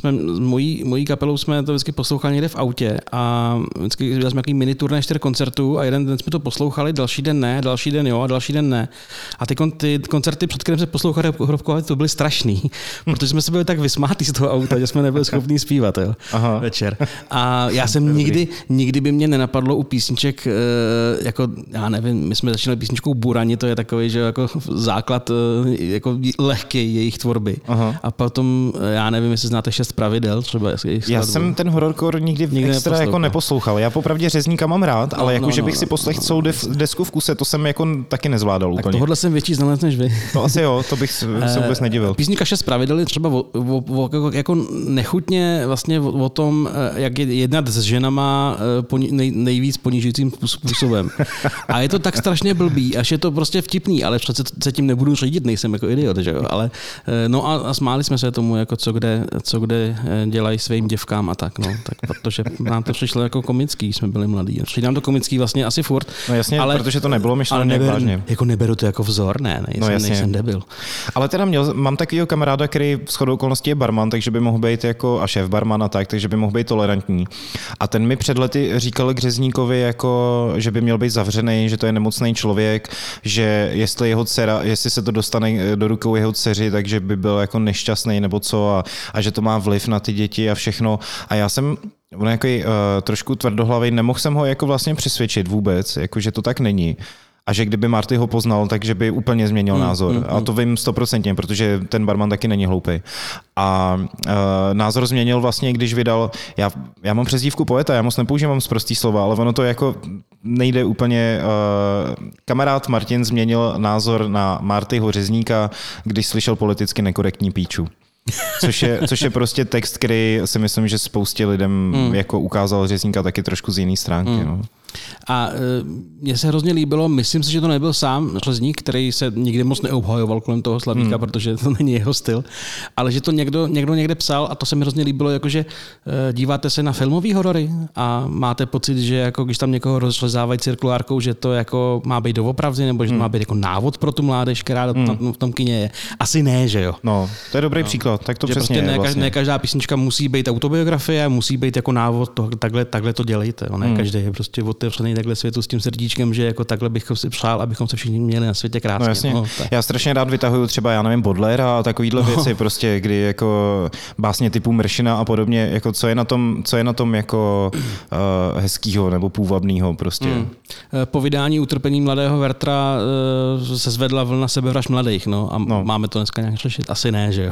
Mojí kapelou jsme to vždycky poslouchali někde v autě a vždycky dělali jsme nějaký mini turné 4 koncertů a jeden den jsme to poslouchali, další den ne, další den jo a další den ne. A ty koncerty, před kterým se poslouchali Hrovku, to byly strašný, protože jsme se byli tak vysmátí z toho auta, že jsme nebyli schopní zpívat večer. A já jsem nikdy by mě nenapadlo u písniček, jako já nevím, my jsme začínali písničkou Burani, to je takový, že jako základ jako lehký jejich tvorby. Aha. A potom, já nevím, jestli znáte 6 pravidel třeba. Já jsem ten hororcore nikdy extra jako neposlouchal. Já popravdě Řezníka mám rád, ale jako, že bych si poslechl celou desku v kuse, to jsem jako taky nezvládal úplně. Tak tohohle jsem větší znalec než vy. To asi jo, to bych se vůbec nedivil. Písnička 6 pravidel je třeba jako nechutně vlastně o tom, jak jednat s ženama nejvíc ponižujícím způsobem. A je to tak strašně blbý, až je to prostě vtipný, ale přece se tím nebudu řídit, nejsem jako idiot, že jo. Ale no a smáli jsme se tomu, jako co kde dělají svým děvkám a tak, no. Tak protože nám to přišlo jako komický, jsme byli mladí. Přišli nám to komický vlastně asi furt. No jasně, ale, protože to nebylo myšleno nějak vážně. Jako neberu to jako vzor, nejsem debil. Ale teda mám takovýho kamaráda, který shodou okolností je barman, takže by mohl být jako a šéf barman a tak, takže by mohl být tolerantní. A ten mi před lety říkal k Řezníkovi, jako, že by měl být zavřený, že to je nemocný člověk, že jestli se to dostane do rukou jeho dceři, takže by byl jako nešťastný nebo co a že to má vliv na ty děti a všechno. A já jsem trošku tvrdohlavý, nemohl jsem ho jako vlastně přesvědčit vůbec, jako že to tak není. A že kdyby Marty ho poznal, takže by úplně změnil názor. A to vím 100%, protože ten barman taky není hloupý. A názor změnil vlastně, když vydal, já mám přezdívku poeta, já moc nepoužívám sprostý slova, ale ono to jako nejde úplně. Kamarád Martin změnil názor na Martyho Řezníka, když slyšel politicky nekorektní píču. Což je prostě text, který si myslím, že spoustě lidem jako ukázal Řezníka taky trošku z jiné stránky. No. A mně se hrozně líbilo, myslím si, že to nebyl sám Řezník, který se nikdy moc neobhajoval kolem toho Slavíka, protože to není jeho styl, ale že to někdo někde psal a to se mi hrozně líbilo, jakože díváte se na filmový horory a máte pocit, že jako když tam někoho rozřezávají cirkulárkou, že to jako má být doopravdy, nebo že to má být jako návod pro tu mládež, která v tom kině je. Asi ne, že jo? No, to je dobrý příklad, tak to že přesně prostě je vlastně. Ne každá písnička musí být autobiografie, musí být jako návod, takhle to dělejte. Ne každý je prostě otevřený takhle světu s tím srdíčkem, že jako takhle bych si přál, abychom se všichni měli na světě krásně. No jasně. Já strašně rád vytahuju třeba, já nevím, Baudelaire a takovýhle věci, prostě, kdy jako básně typu Mršina a podobně, jako co je na tom jako hezkýho nebo půvabnýho prostě. Po vydání Utrpení mladého Werthera se zvedla vlna sebevražd mladých, a máme to dneska nějak řešit? Asi ne, že jo?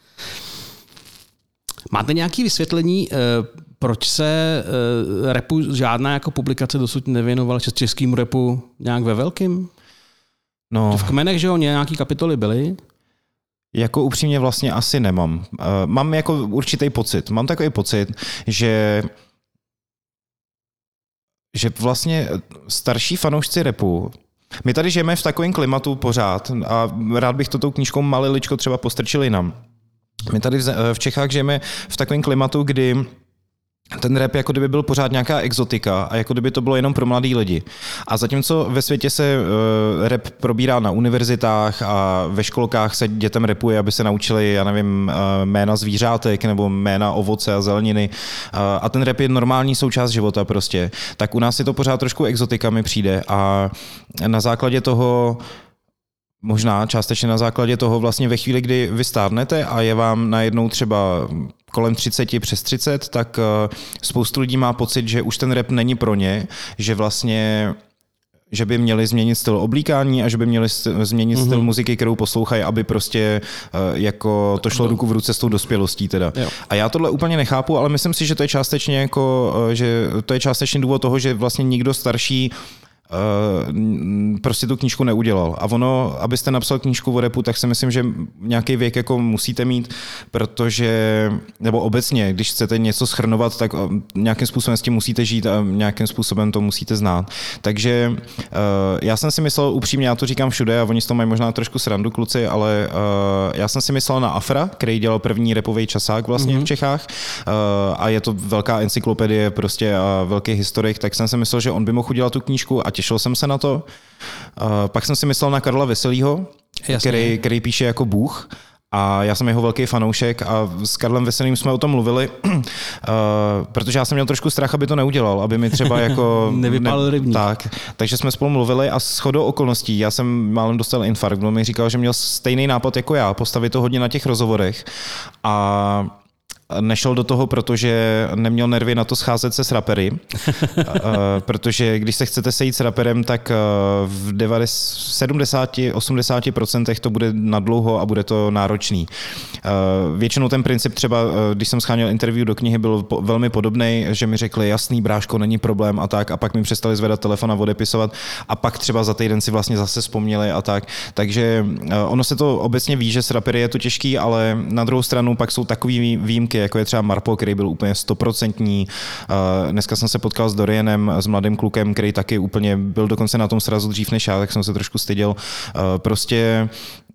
Máte nějaké vysvětlení, proč se rapu žádná jako publikace dosud nevěnovala českému rapu nějak ve velkým? No. V Kmenech, že jo, nějaký kapitoly byly? Jako upřímně vlastně asi nemám. Mám jako určitý pocit. Mám takový pocit, že že vlastně starší fanoušci rapu, my tady žijeme v takovém klimatu pořád a rád bych to tou knížkou maliličko třeba postrčil jinam. My tady v Čechách žijeme v takovém klimatu, kdy ten rap jako kdyby byl pořád nějaká exotika a jako kdyby to bylo jenom pro mladý lidi. A zatímco ve světě se rap probírá na univerzitách a ve školkách se dětem rapuje, aby se naučili, já nevím, jména zvířátek nebo jména ovoce a zeleniny a ten rap je normální součást života prostě, tak u nás je to pořád trošku exotika mi přijde a na základě toho možná částečně na základě toho vlastně ve chvíli, kdy vy stárnete a je vám najednou třeba kolem 30, přes 30, tak spoustu lidí má pocit, že už ten rap není pro ně, že vlastně že by měli změnit styl oblíkání a že by měli změnit styl muziky, kterou poslouchají, aby prostě jako to šlo ruku v ruce s tou dospělostí teda. Jo. A já tohle úplně nechápu, ale myslím si, že to je částečně jako, že to je částečně důvod toho, že vlastně nikdo starší prostě tu knížku neudělal. A ono, abyste napsal knížku o rapu, tak si myslím, že nějaký věk jako musíte mít, protože, nebo obecně, když chcete něco shrnovat, tak nějakým způsobem s tím musíte žít a nějakým způsobem to musíte znát. Takže já jsem si myslel, upřímně, já to říkám všude a oni s toho mají možná trošku srandu kluci, ale já jsem si myslel na Afra, který dělal první rapový časák vlastně v Čechách a je to velká encyklopedie prostě a velký historik, tak jsem si myslel, že on by mohl udělat tu knížku a těšil jsem se na to. Pak jsem si myslel na Karla Veselýho, který píše jako Bůh. A já jsem jeho velký fanoušek a s Karlem Veselým jsme o tom mluvili, protože já jsem měl trošku strach, aby to neudělal, aby mi třeba jako... Nevypálil rybník. Tak, takže jsme spolu mluvili a shodou okolností, já jsem málem dostal infarkt, on mi říkal, že měl stejný nápad jako já, postavit to hodně na těch rozhovorech a nešel do toho, protože neměl nervy na to scházet se s rapery, protože když se chcete sejít s raperem, tak v 70-80% to bude nadlouho a bude to náročný. Většinou ten princip třeba, když jsem scháněl interview do knihy, byl velmi podobný, že mi řekli, jasný bráško, není problém a tak, a pak mi přestali zvedat telefon a odepisovat a pak třeba za týden si vlastně zase vzpomněli a tak. Takže ono se to obecně ví, že s rapery je to těžký, ale na druhou stranu pak jsou takový výjimky, jako je třeba Marpo, který byl úplně 100%. Dneska jsem se potkal s Dorianem, s mladým klukem, který taky úplně byl dokonce na tom srazu dřív než já, tak jsem se trošku styděl. Prostě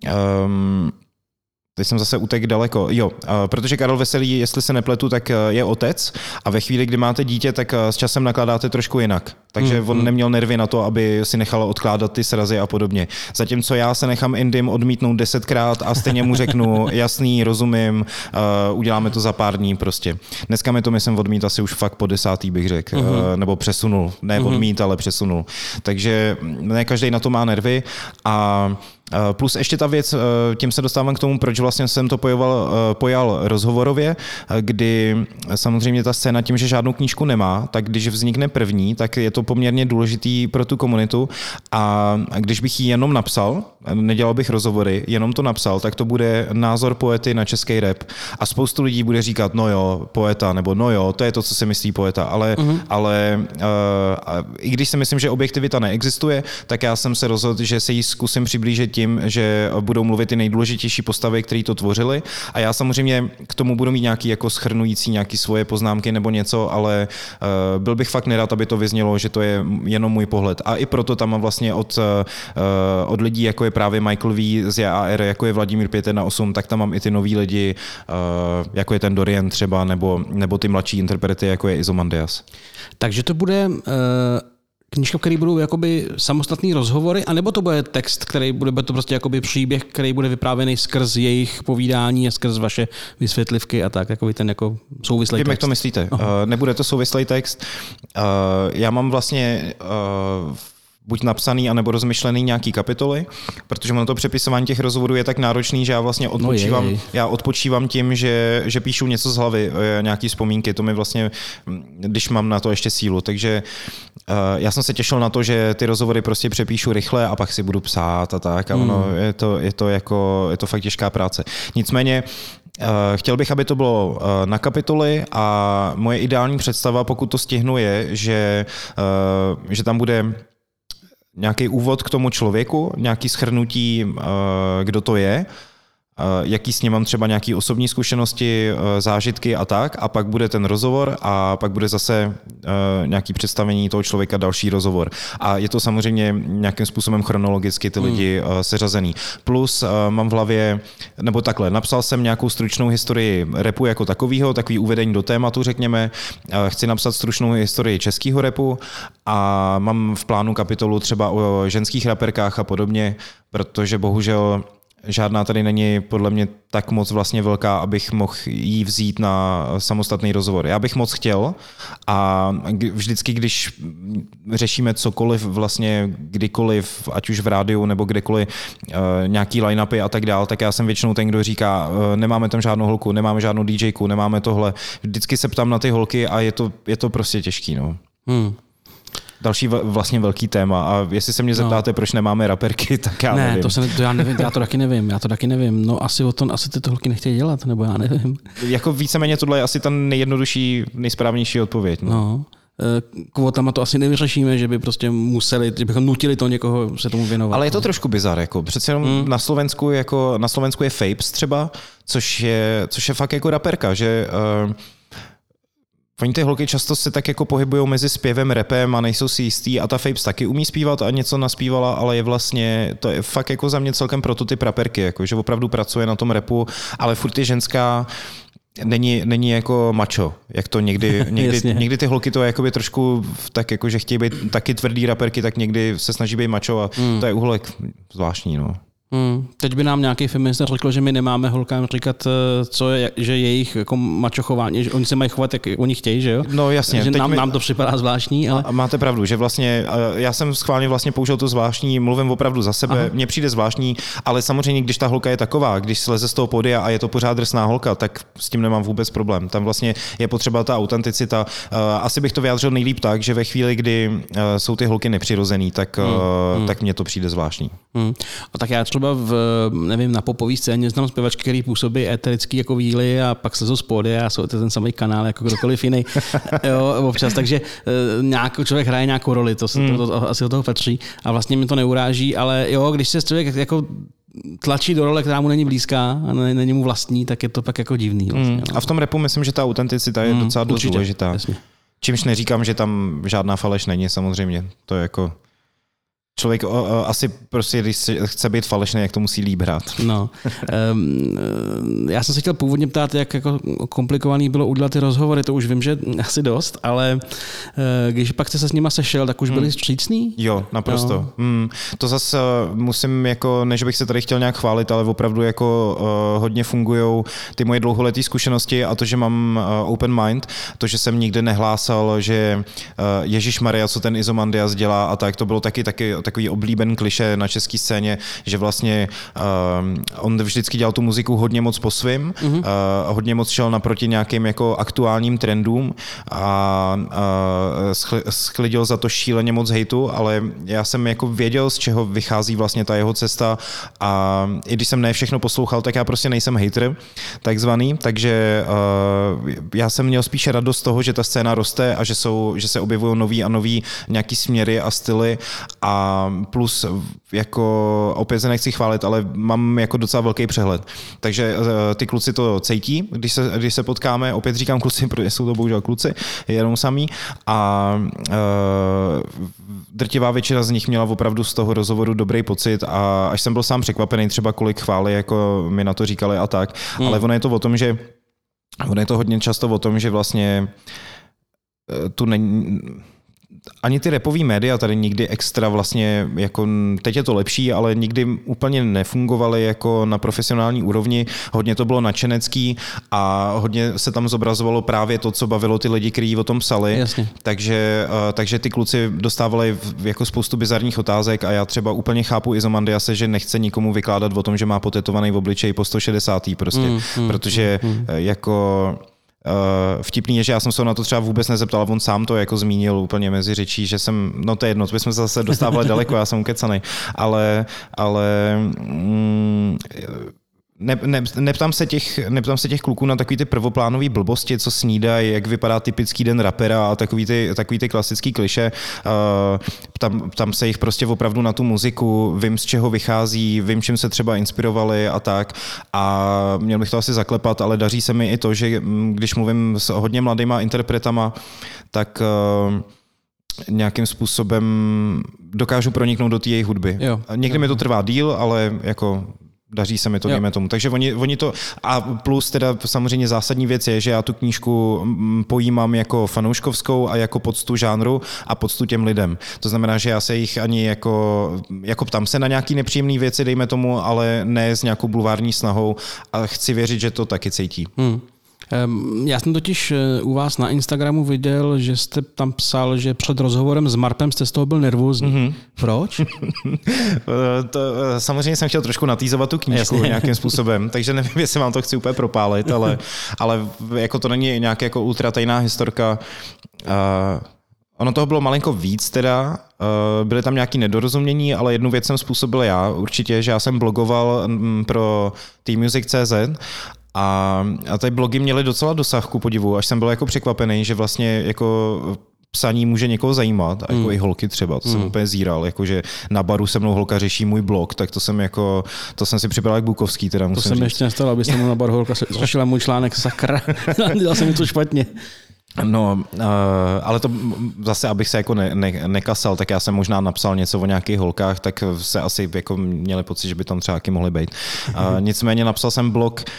teď jsem zase utek daleko. Jo, protože Karel Veselý, jestli se nepletu, tak je otec a ve chvíli, kdy máte dítě, tak s časem nakládáte trošku jinak. Takže on neměl nervy na to, aby si nechal odkládat ty srazy a podobně. Zatímco já se nechám Indym odmítnout 10krát a stejně mu řeknu, jasný, rozumím, uděláme to za pár dní prostě. Dneska mi to myslím odmít asi už fakt po 10. bych řekl, nebo přesunul. Ne odmít, ale přesunul. Takže ne každý na to má nervy a plus ještě ta věc, tím se dostávám k tomu, proč vlastně jsem to pojal rozhovorově, kdy samozřejmě ta scéna tím, že žádnou knížku nemá, tak když vznikne první, tak je to poměrně důležitý pro tu komunitu a když bych ji jenom napsal, nedělal bych rozhovory, jenom to napsal, tak to bude názor poety na český rap a spoustu lidí bude říkat, no jo, poeta, nebo no jo, to je to, co si myslí poeta, ale i když si myslím, že objektivita neexistuje, tak já jsem se rozhodl, že se jí zkusím přiblížit tím, že budou mluvit ty nejdůležitější postavy, které to tvořily a já samozřejmě k tomu budu mít nějaký jako shrnující nějaký svoje poznámky nebo něco, ale byl bych fakt nerad, aby to vyznělo, že to je jenom můj pohled. A i proto tam mám vlastně od lidí, jako je právě Michael V. z JAR, jako je Vladimír 518, tak tam mám i ty nový lidi, jako je ten Dorian třeba, nebo ty mladší interprety, jako je Izomandias. Takže to bude knížka, který budou jakoby samostatný rozhovory, anebo to bude text, který bude to prostě jakoby příběh, který bude vyprávěný skrz jejich povídání a skrz vaše vysvětlivky a tak, takový ten jako souvislý text. Jak to myslíte? Nebude to souvislý text. Já mám vlastně buď napsaný, anebo rozmyšlený nějaký kapitoly, protože ono to přepisování těch rozhovorů je tak náročný, že já vlastně odpočívám tím, že píšu něco z hlavy, nějaký vzpomínky, to mi vlastně, když mám na to ještě sílu, takže já jsem se těšil na to, že ty rozhovory prostě přepíšu rychle a pak si budu psát a tak a ono je to fakt těžká práce. Nicméně chtěl bych, aby to bylo na kapitoly a moje ideální představa, pokud to stihnu, je, že tam bude nějaký úvod k tomu člověku, nějaký shrnutí, kdo to je, jaký s ním mám třeba nějaké osobní zkušenosti, zážitky a tak, a pak bude ten rozhovor a pak bude zase nějaký představení toho člověka, další rozhovor. A je to samozřejmě nějakým způsobem chronologicky ty lidi seřazený. Plus mám v hlavě, nebo takhle, napsal jsem nějakou stručnou historii rapu jako takového, takový uvedení do tématu, řekněme. Chci napsat stručnou historii českého rapu a mám v plánu kapitolu třeba o ženských raperkách a podobně, protože bohužel žádná tady není podle mě tak moc vlastně velká, abych mohl jí vzít na samostatný rozhovor. Já bych moc chtěl a vždycky, když řešíme cokoliv vlastně kdykoliv, ať už v rádiu nebo kdekoliv nějaký line-upy a tak dál, tak já jsem většinou ten, kdo říká, nemáme tam žádnou holku, nemáme žádnou DJku, nemáme tohle. Vždycky se ptám na ty holky a je to prostě těžký. No. Další vlastně velký téma a jestli se mě zeptáte, proč nemáme raperky, tak já nevím. To já nevím, já to taky nevím. No asi ty holky nechtějí dělat, nebo já nevím. Jako víceméně tohle je asi ta nejjednodušší, nejsprávnější odpověď. No. Kvotama to asi nevyřešíme, že by prostě museli, že bychom nutili to někoho se tomu věnovat. Ale je to trošku bizar, jako přece jenom na Slovensku je Fapes třeba, což je fakt jako raperka, že oni ty holky často se tak jako pohybují mezi zpěvem, rapem a nejsou si jistý a ta Fapes taky umí zpívat a něco naspívala, ale to je fakt jako za mě celkem prototyp raperky, jako, že opravdu pracuje na tom rapu, ale furt je ženská, není jako macho, jak to někdy ty holky to je jakoby trošku tak jako, že chtějí být taky tvrdý raperky, tak někdy se snaží být macho a to je úhlek zvláštní, no. Teď by nám nějaký feminista řekl, že my nemáme holkám říkat, že jejich jako mačochování, že oni se mají chovat, jak oni chtějí, že jo? No jasně. Že nám to připadá zvláštní, ale... A máte pravdu, že vlastně, já jsem schválně vlastně použil to zvláštní, mluvím opravdu za sebe, mně přijde zvláštní, ale samozřejmě, když ta holka je taková, když sleze z toho pódia a je to pořád drsná holka, tak s tím nemám vůbec problém. Tam vlastně je potřeba ta autenticita. Asi bych to vyjádřil nejlíp tak, že ve chvíli, kdy jsou ty holky nepřirozený, tak mně to přijde zvláštní. A tak já třeba na popové scéně znám zpěvačky, který působí éterický jako víly a pak slezou z pódia a jsou to ten samý kanál jako kdokoliv jiný. Jo, občas, takže člověk hraje nějakou roli, to asi do toho patří a vlastně mi to neuráží, ale jo, když se člověk jako tlačí do role, která mu není blízká a není mu vlastní, tak je to pak jako divný. Vlastně, a v tom rapu myslím, že ta autenticita je docela dost důležitá. Čímž neříkám, že tam žádná faleš není, samozřejmě. To je jako... Člověk asi prostě, když chce být falešný, jak to musí líp hrát. No. Já jsem se chtěl původně ptát, jak jako komplikovaný bylo udělat ty rozhovory, to už vím, že asi dost, ale když pak jste se s nima sešel, tak už byli vstřícný? Jo, naprosto. No. To zase musím jako, než bych se tady chtěl nějak chválit, ale opravdu jako hodně fungujou ty moje dlouholetý zkušenosti a to, že mám open mind, to, že jsem nikdy nehlásal, že Ježišmarja, co ten Izomandias dělá a tak, to bylo taky takový oblíbený klišé na české scéně, že vlastně on vždycky dělal tu muziku hodně moc po svým, hodně moc šel naproti nějakým jako aktuálním trendům a sklidil za to šíleně moc hejtu, ale já jsem jako věděl, z čeho vychází vlastně ta jeho cesta a i když jsem ne všechno poslouchal, tak já prostě nejsem hater, takzvaný, takže já jsem měl spíše radost z toho, že ta scéna roste a že se objevují nový a nový nějaký směry a styly a plus jako opět se nechci chválit, ale mám jako docela velký přehled. Takže ty kluci to cítí, když se potkáme, opět říkám kluci, protože jsou to bohužel kluci, jenom samý a drtivá většina z nich měla opravdu z toho rozhovoru dobrý pocit a až jsem byl sám překvapený třeba kolik chvály, jako mi na to říkali a tak, ale ono je to hodně často o tom, že vlastně tu není ani ty rapový média tady nikdy extra vlastně, jako teď je to lepší, ale nikdy úplně nefungovaly jako na profesionální úrovni. Hodně to bylo nadšenecký a hodně se tam zobrazovalo právě to, co bavilo ty lidi, kteří o tom psali. Jasně. Takže ty kluci dostávali jako spoustu bizarních otázek a já třeba úplně chápu Izomandiase, že nechce nikomu vykládat o tom, že má potetovaný v obličeji po 160. prostě, protože jako... Vtipný je, že já jsem se na to třeba vůbec nezeptal, on sám to jako zmínil úplně mezi řečí, že jsem, no to je jedno, to bychom se zase dostávali daleko, já jsem ukecanej, ale Neptám se těch kluků na takový ty prvoplánový blbosti, co snídají, jak vypadá typický den rapera a takový ty klasický kliše. Tam se jich prostě opravdu na tu muziku, vím, z čeho vychází, vím, čím se třeba inspirovali a tak. A měl bych to asi zaklepat, ale daří se mi i to, že když mluvím s hodně mladýma interpretama, tak nějakým způsobem dokážu proniknout do té jejich hudby. Jo. Někdy mi to trvá díl, ale jako daří se mi to, dejme tomu. Takže oni to, a plus teda samozřejmě zásadní věc je, že já tu knížku pojímám jako fanouškovskou a jako poctu žánru a poctu těm lidem. To znamená, že já se jich ani jako ptám se na nějaký nepříjemné věci, dejme tomu, ale ne s nějakou bulvární snahou a chci věřit, že to taky cítí. Já jsem totiž u vás na Instagramu viděl, že jste tam psal, že před rozhovorem s Marpem jste z toho byl nervózní. Mm-hmm. Proč? Samozřejmě jsem chtěl trošku natýzovat tu knížku nějakým způsobem, takže nevím, jestli vám to chci úplně propálit, ale jako to není nějaká jako ultratajná historka. Ono toho bylo malinko víc teda, byly tam nějaké nedorozumění, ale jednu věc jsem způsobil já určitě, že já jsem blogoval pro tmusic.cz a ty blogy měly docela dosah, ku podivu, až jsem byl jako překvapený, že vlastně jako psaní může někoho zajímat, a jako i holky třeba, to jsem úplně zíral, jakože na baru se mnou holka řeší můj blog, tak to jsem si připadal jak Bukovský, teda musím říct. To jsem ještě nestalo, aby jsem na baru holka řešila můj článek, sakra, dělal jsem mi to špatně. No, ale to zase, abych se jako nekasal, tak já jsem možná napsal něco o nějakých holkách, tak se asi jako měli pocit, že by tam třeba taky mohly být. Nicméně napsal jsem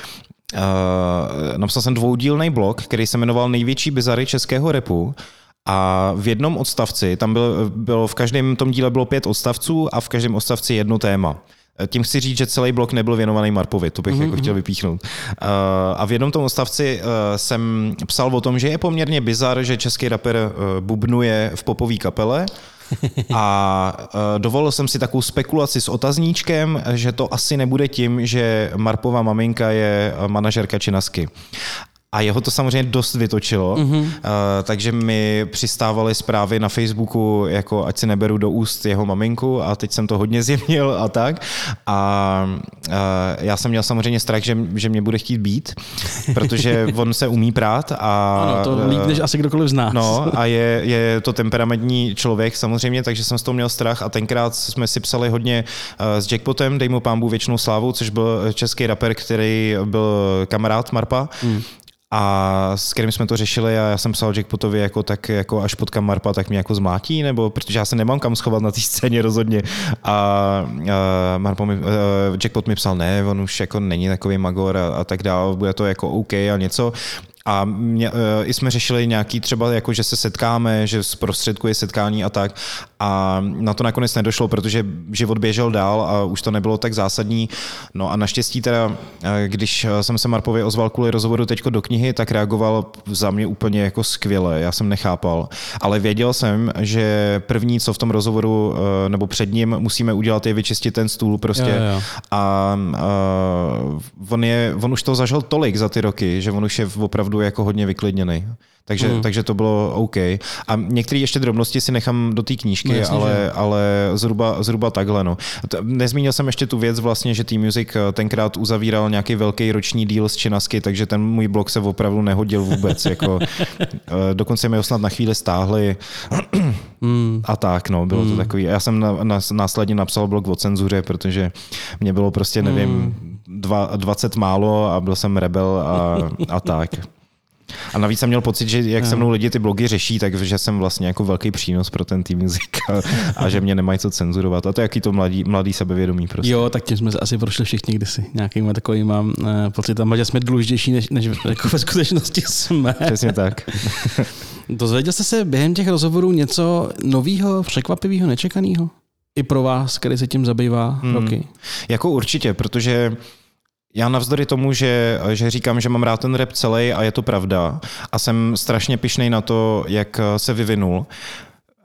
dvoudílný blog, který se jmenoval Největší bizary českého rapu. A v jednom odstavci, tam bylo v každém tom díle bylo 5 odstavců a v každém odstavci jedno téma. Tím chci říct, že celý blok nebyl věnovaný Marpovi, to bych jako chtěl vypíchnout. A v jednom tom odstavci jsem psal o tom, že je poměrně bizar, že český rapper bubnuje v popové kapele. A dovolil jsem si takovou spekulaci s otazníčkem, že to asi nebude tím, že Marpova maminka je manažerka Činasky. A jeho to samozřejmě dost vytočilo, takže mi přistávaly zprávy na Facebooku, jako ať si neberu do úst jeho maminku a teď jsem to hodně zjemnil a tak. A já jsem měl samozřejmě strach, že mě bude chtít být, protože on se umí prát. Ano, to líp než asi kdokoliv z nás. No a je to temperamentní člověk samozřejmě, takže jsem z toho měl strach a tenkrát jsme si psali hodně s Jackpotem, dej mu pánbůh věčnou slávu, což byl český rapper, který byl kamarád Marpa. A s kterým jsme to řešili a já jsem psal Jackpotovi, tak jako až potkám Marpa, tak mě jako zmátí, nebo protože já se nemám kam schovat na té scéně rozhodně. A Jackpot mi psal, ne, on už jako není takový magor a tak dále, bude to jako OK a něco. A i jsme řešili nějaký třeba, jako že se setkáme, že zprostředkuje setkání a tak. A na to nakonec nedošlo, protože život běžel dál a už to nebylo tak zásadní. No a naštěstí teda, když jsem se Marpovi ozval kvůli rozhovoru teďko do knihy, tak reagoval za mě úplně jako skvěle. Já jsem nechápal. Ale věděl jsem, že první, co v tom rozhovoru nebo před ním musíme udělat, je vyčistit ten stůl prostě. Jo. A on už to zažil tolik za ty roky, že on už je opravdu jako hodně vyklidněný. Takže to bylo OK. A některé ještě drobnosti si nechám do té knížky, ale zhruba takhle. No. Nezmínil jsem ještě tu věc vlastně, že T-Music tenkrát uzavíral nějaký velký roční díl z Činasky, takže ten můj blog se opravdu nehodil vůbec. Jako, dokonce mi ho snad na chvíli stáhli a tak. No, bylo to takový. Já jsem následně napsal blog o cenzuře, protože mě bylo prostě, nevím, 20 málo a byl jsem rebel a tak. A navíc jsem měl pocit, že jak se mnou lidi ty blogy řeší, takže jsem vlastně jako velký přínos pro ten T-Music a že mě nemají co cenzurovat. A to je jaký to mladý sebevědomí prostě. Jo, tak tím jsme se asi prošli všichni kdysi. Nějakýma takovýma pocitama, že jsme důležitější, než jako ve skutečnosti jsme. Přesně tak. Dozvěděl jste se během těch rozhovorů něco novýho, překvapivého, nečekaného? I pro vás, který se tím zabývá roky? Jako určitě, protože já navzdory tomu, že říkám, že mám rád ten rap celý a je to pravda a jsem strašně pyšnej na to, jak se vyvinul,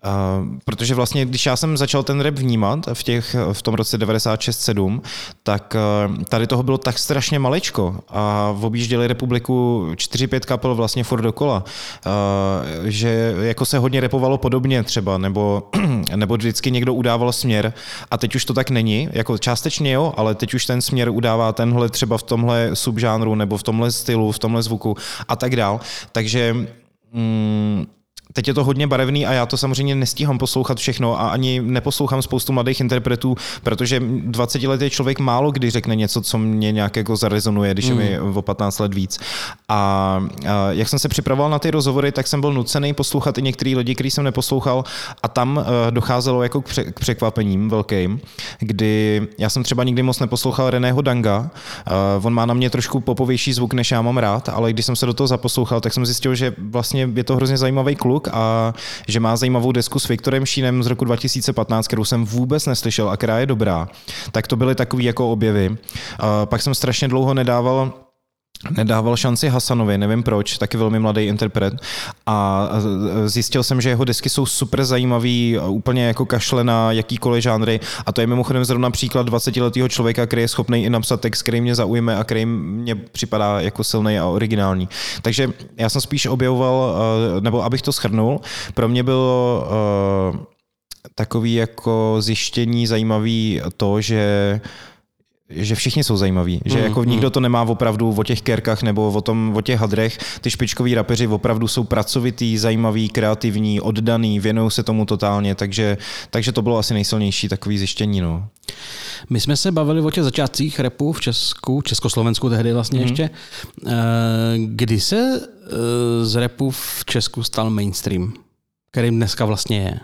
Protože vlastně, když já jsem začal ten rap vnímat v tom roce 96-7, tak tady toho bylo tak strašně maličko a objížděli republiku 4-5 kapel vlastně furt dokola, že jako se hodně rapovalo podobně třeba, nebo vždycky někdo udával směr a teď už to tak není, jako částečně jo, ale teď už ten směr udává tenhle třeba v tomhle subžánru nebo v tomhle stylu, v tomhle zvuku a tak dál. Takže teď je to hodně barevný a já to samozřejmě nestíhám poslouchat všechno a ani neposlouchám spoustu mladých interpretů, protože 20letý člověk málo kdy řekne něco, co mě nějak jako zarezonuje, když je mi o 15 let víc. A jak jsem se připravoval na ty rozhovory, tak jsem byl nucený poslouchat i některý lidi, který jsem neposlouchal a tam docházelo jako k překvapením velkým, kdy já jsem třeba nikdy moc neposlouchal Reného Danga, on má na mě trošku popovější zvuk, než já mám rád, ale když jsem se do toho zaposlouchal, tak jsem zjistil, že vlastně je to hrozně zajímavý kluk a že má zajímavou desku s Viktorem Šínem z roku 2015, kterou jsem vůbec neslyšel a která je dobrá. Tak to byly takový jako objevy. Pak jsem strašně dlouho nedával šanci Hasanovi, nevím proč, taky velmi mladý interpret a zjistil jsem, že jeho desky jsou super zajímavý, úplně jako kašle na jakýkoliv žánry a to je mimochodem zrovna příklad 20letého člověka, který je schopný i napsat text, který mě zaujme a který mě připadá jako silný a originální. Takže já jsem spíš objevoval, nebo abych to shrnul, pro mě bylo takový jako zjištění zajímavý to, že všichni jsou zajímaví, že jako nikdo to nemá opravdu o těch kerkách nebo o těch hadrech. Ty špičkoví rapeři opravdu jsou pracovitý, zajímaví, kreativní, oddaný, věnují se tomu totálně, takže to bylo asi nejsilnější takový zjištění. No. My jsme se bavili o těch začátcích rapu v Československu tehdy vlastně ještě. Kdy se z rapu v Česku stal mainstream, který dneska vlastně je?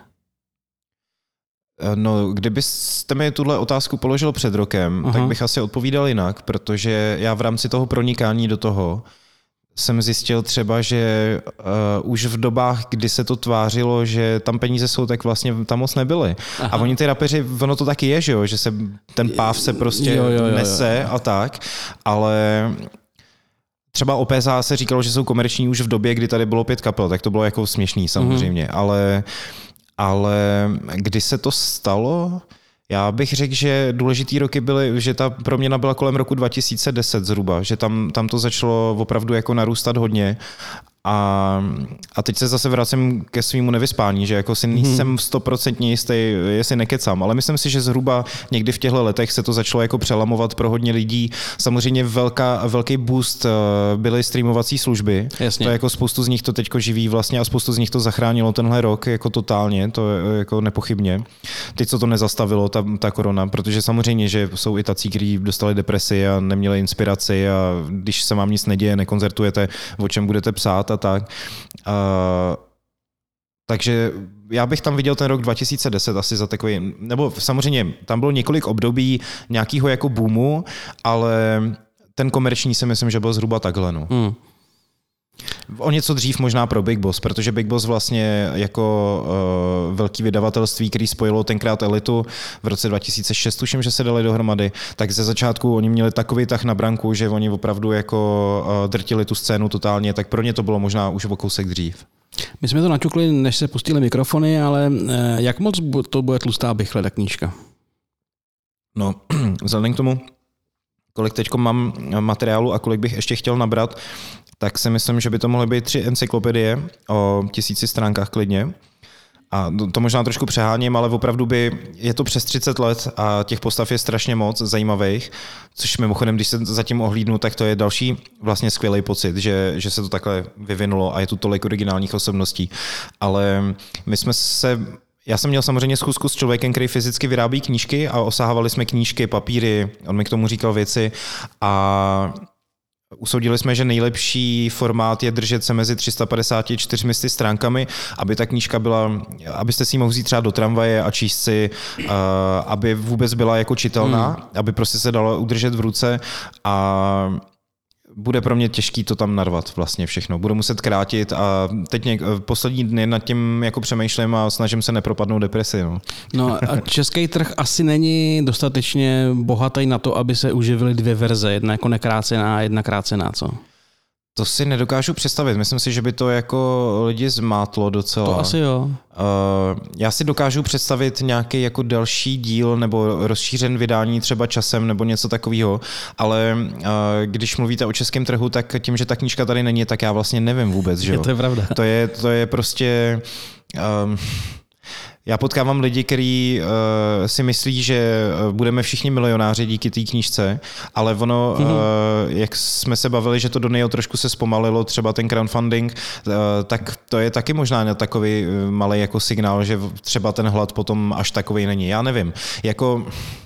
No, kdybyste mi tuhle otázku položil před rokem, tak bych asi odpovídal jinak, protože já v rámci toho pronikání do toho jsem zjistil třeba, že už v dobách, kdy se to tvářilo, že tam peníze jsou, tak vlastně tam moc nebyly. A oni ty rapeři, ono to taky je, že se ten páv se prostě nese a tak, ale třeba o PSA se říkalo, že jsou komerční už v době, kdy tady bylo 5 kapel, tak to bylo jako směšný samozřejmě, ale kdy se to stalo? Já bych řekl, že důležitý roky byly, že ta proměna byla kolem roku 2010 zhruba, že tam to začalo opravdu jako narůstat hodně. A teď se zase vracím ke svýmu nevyspání, že jako si nejsem 100% jistý, jestli nekecám, ale myslím si, že zhruba někdy v těchto letech se to začalo jako přelamovat pro hodně lidí. Samozřejmě velký boost byly streamovací služby. Jasně. To jako spoustu z nich to teďko živí vlastně a spoustu z nich to zachránilo tenhle rok jako totálně, to jako nepochybně. Teď co to nezastavilo, ta korona, protože samozřejmě, že jsou i tací, kteří dostali depresi a neměli inspiraci a když se vám nic neděje, nekoncertujete, o čem budete psát a tak. Takže já bych tam viděl ten rok 2010 asi za takový, nebo samozřejmě tam bylo několik období nějakého jako boomu, ale ten komerční si myslím, že byl zhruba takhle. No. O něco dřív možná pro Big Boss, protože Big Boss vlastně jako velký vydavatelství, který spojilo tenkrát elitu v roce 2006, tuším, že se dali dohromady, tak ze začátku oni měli takový tah na branku, že oni opravdu jako drtili tu scénu totálně, tak pro ně to bylo možná už o kousek dřív. My jsme to naťukli, než se pustili mikrofony, ale jak moc to bude tlustá bychle, ta knížka? No, vzhledem k tomu, kolik teď mám materiálu a kolik bych ještě chtěl nabrat, tak si myslím, že by to mohly být 3 encyklopedie o 1000 stránkách klidně. A to možná trošku přeháním, ale opravdu je to přes 30 let a těch postav je strašně moc zajímavých, což mimochodem, když se zatím ohlídnu, tak to je další vlastně skvělý pocit, že se to takhle vyvinulo a je tu tolik originálních osobností. Ale já jsem měl samozřejmě schůzku s člověkem, který fyzicky vyrábí knížky a osahávali jsme knížky, papíry, on mi k tomu říkal věci a usoudili jsme, že nejlepší formát je držet se mezi 350 a 400 stránkami, aby ta knížka byla, abyste si ji mohli vzít třeba do tramvaje a číst si, aby vůbec byla jako čitelná, aby prostě se dalo udržet v ruce a bude pro mě těžký to tam narvat vlastně všechno. Budu muset krátit a teď poslední dny nad tím jako přemýšlím a snažím se nepropadnout depresi. No a český trh asi není dostatečně bohatý na to, aby se uživily 2 verze. Jedna jako nekrácená a jedna krácená, co? To si nedokážu představit. Myslím si, že by to jako lidi zmátlo docela. To asi jo. Já si dokážu představit nějaký jako další díl nebo rozšířen vydání třeba časem nebo něco takového, ale když mluvíte o českém trhu, tak tím, že ta knížka tady není, tak já vlastně nevím vůbec, že jo. To je pravda. To je prostě... Já potkávám lidi, kteří si myslí, že budeme všichni milionáři díky té knížce, ale ono, jak jsme se bavili, že to do něho trošku se zpomalilo, třeba ten crowdfunding, tak to je taky možná takový malý jako signál, že třeba ten hlad potom až takový není. Já nevím. Jako...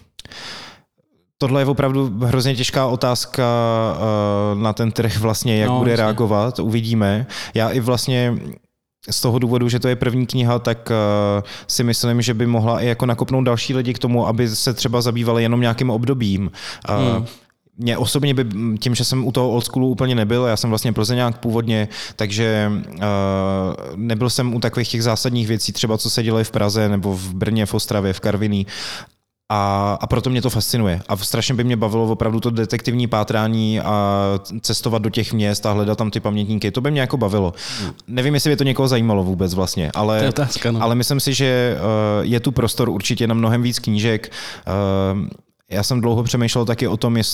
Tohle je opravdu hrozně těžká otázka na ten trh vlastně, jak bude reagovat, uvidíme. Já i vlastně z toho důvodu, že to je první kniha, tak si myslím, že by mohla i jako nakopnout další lidi k tomu, aby se třeba zabývali jenom nějakým obdobím. Mě osobně by, tím, že jsem u toho old schoolu úplně nebyl, já jsem vlastně Plzeňák původně, takže nebyl jsem u takových těch zásadních věcí, třeba co se dělo v Praze nebo v Brně, v Ostravě, v Karviní. A proto mě to fascinuje. A strašně by mě bavilo opravdu to detektivní pátrání a cestovat do těch měst a hledat tam ty pamětníky. To by mě jako bavilo. Nevím, jestli by to někoho zajímalo vůbec vlastně, ale, to je otázka, no. Ale myslím si, že je tu prostor určitě na mnohem víc knížek. Já jsem dlouho přemýšlel taky o tom,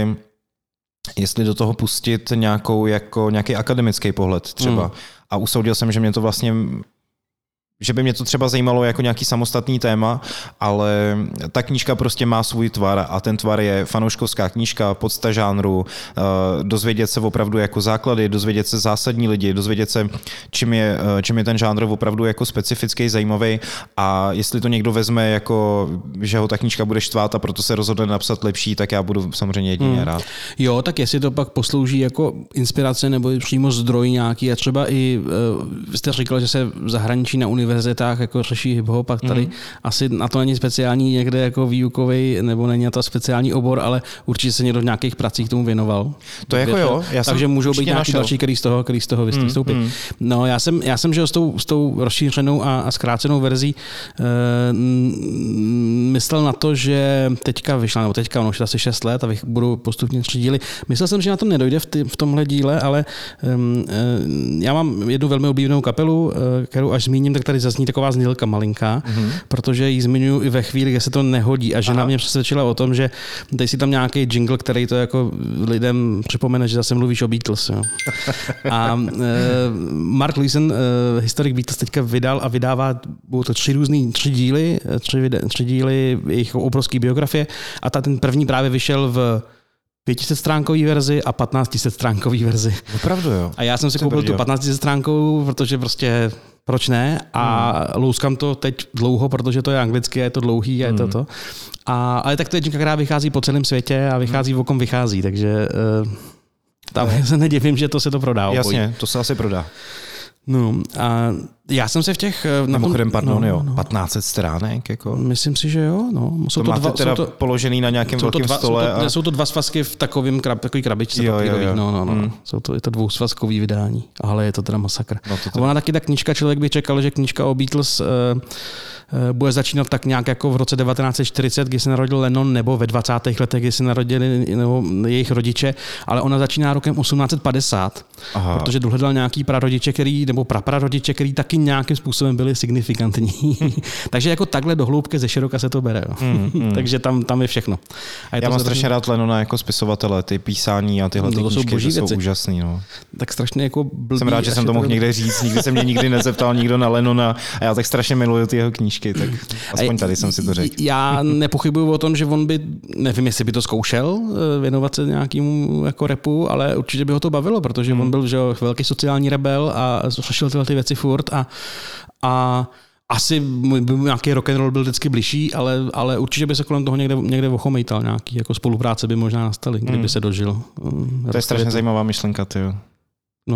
jestli do toho pustit nějaký akademický pohled třeba. A usoudil jsem, že mě to vlastně... že by mě to třeba zajímalo jako nějaký samostatný téma, ale ta knížka prostě má svůj tvar a ten tvar je fanouškovská knížka, podsta žánru, dozvědět se opravdu jako základy, dozvědět se zásadní lidi, dozvědět se, čím je ten žánr opravdu jako specifický, zajímavý a jestli to někdo vezme jako, že ho ta knížka bude štvát a proto se rozhodne napsat lepší, tak já budu samozřejmě jedině rád. Jo, tak jestli to pak poslouží jako inspirace nebo přímo zdroj nějaký a třeba i jste říkal, že se v zahraničí na univerzitách jako řeší hip-hop, pak tady asi na to není speciální někde jako výukový, nebo není na to speciální obor, ale určitě se někdo v nějakých pracích tomu věnoval. To jako jo. Takže můžou být nějaký další, který z toho vystoupí. No já jsem že s tou rozšířenou a zkrácenou verzí myslel na to, že teďka vyšla, ono už asi 6 let a budou postupně 3 díly. Myslel jsem, že na to nedojde v tomhle díle, ale já mám jednu velmi oblíbenou kapelu, kterou až zmíním, tak tady zazní taková znělka malinká, protože ji zmiňuji i ve chvíli, kdy se to nehodí a žena mě přesvědčila o tom, že dej si tam nějaký jingle, který to jako lidem připomene, že zase mluvíš o Beatles. Jo. A Mark Leeson, historik Beatles, teďka vydal a vydává, budou to 3 díly jejich obrovské biografie a ten první právě vyšel v 500stránkový verzi a 1500stránkový verzi. Opravdu jo. A já jsem si koupil tu 1500stránkovou, protože prostě proč ne? A louskám to teď dlouho, protože to je anglicky a je to dlouhý a je to. Ale tak to je knížka, která vychází po celém světě a vychází o kom vychází, takže tam se nedivím, že to se to prodá. Jasně, to se asi prodá. No a já jsem se v těch... Mimochodem, 1500 stránek, jako... Myslím si, že jo, no. Jsou to máte teda položený na nějakém velkém stole. Jsou to 2 svazky v takový krabičce papírový. No. Je to 2svazkový vydání, ale je to teda masakr. Ona taky ta knížka, člověk by čekal, že knížka o Beatles bude začínat tak nějak jako v roce 1940, kdy se narodil Lennon, nebo ve 20. letech, kdy se narodili jejich rodiče, ale ona začíná rokem 1850, protože dohledal nějaký prarodiče, nebo praprarodiče, který taky nějakým způsobem byli signifikantní. Takže jako takhle do hloubky ze široka se to bere. Takže tam je všechno. A já mám strašně rád Lennona jako spisovatele, ty písání a tyhle knížky jsou úžasný. No. Tak strašně jako blbý. Jsem rád, že jsem to mohl někde říct, nikdy se mě nikdy nezeptal nikdo na Lennona a já tak strašně miluju ty jeho knížky, tak aspoň tady jsem si to řekl. Já nepochybuju o tom, že on by, nevím, jestli by to zkoušel věnovat se nějakému jako rapu, ale určitě by ho to bavilo, protože on byl že velký sociální rebel a řešil tyhle ty věci furt a asi by nějaký rock'n'roll byl vždycky bližší, ale určitě by se kolem toho někde ochomejtal, nějaký jako spolupráce by možná nastaly, kdyby se dožil. To je strašně zajímavá myšlenka, tyjo. No.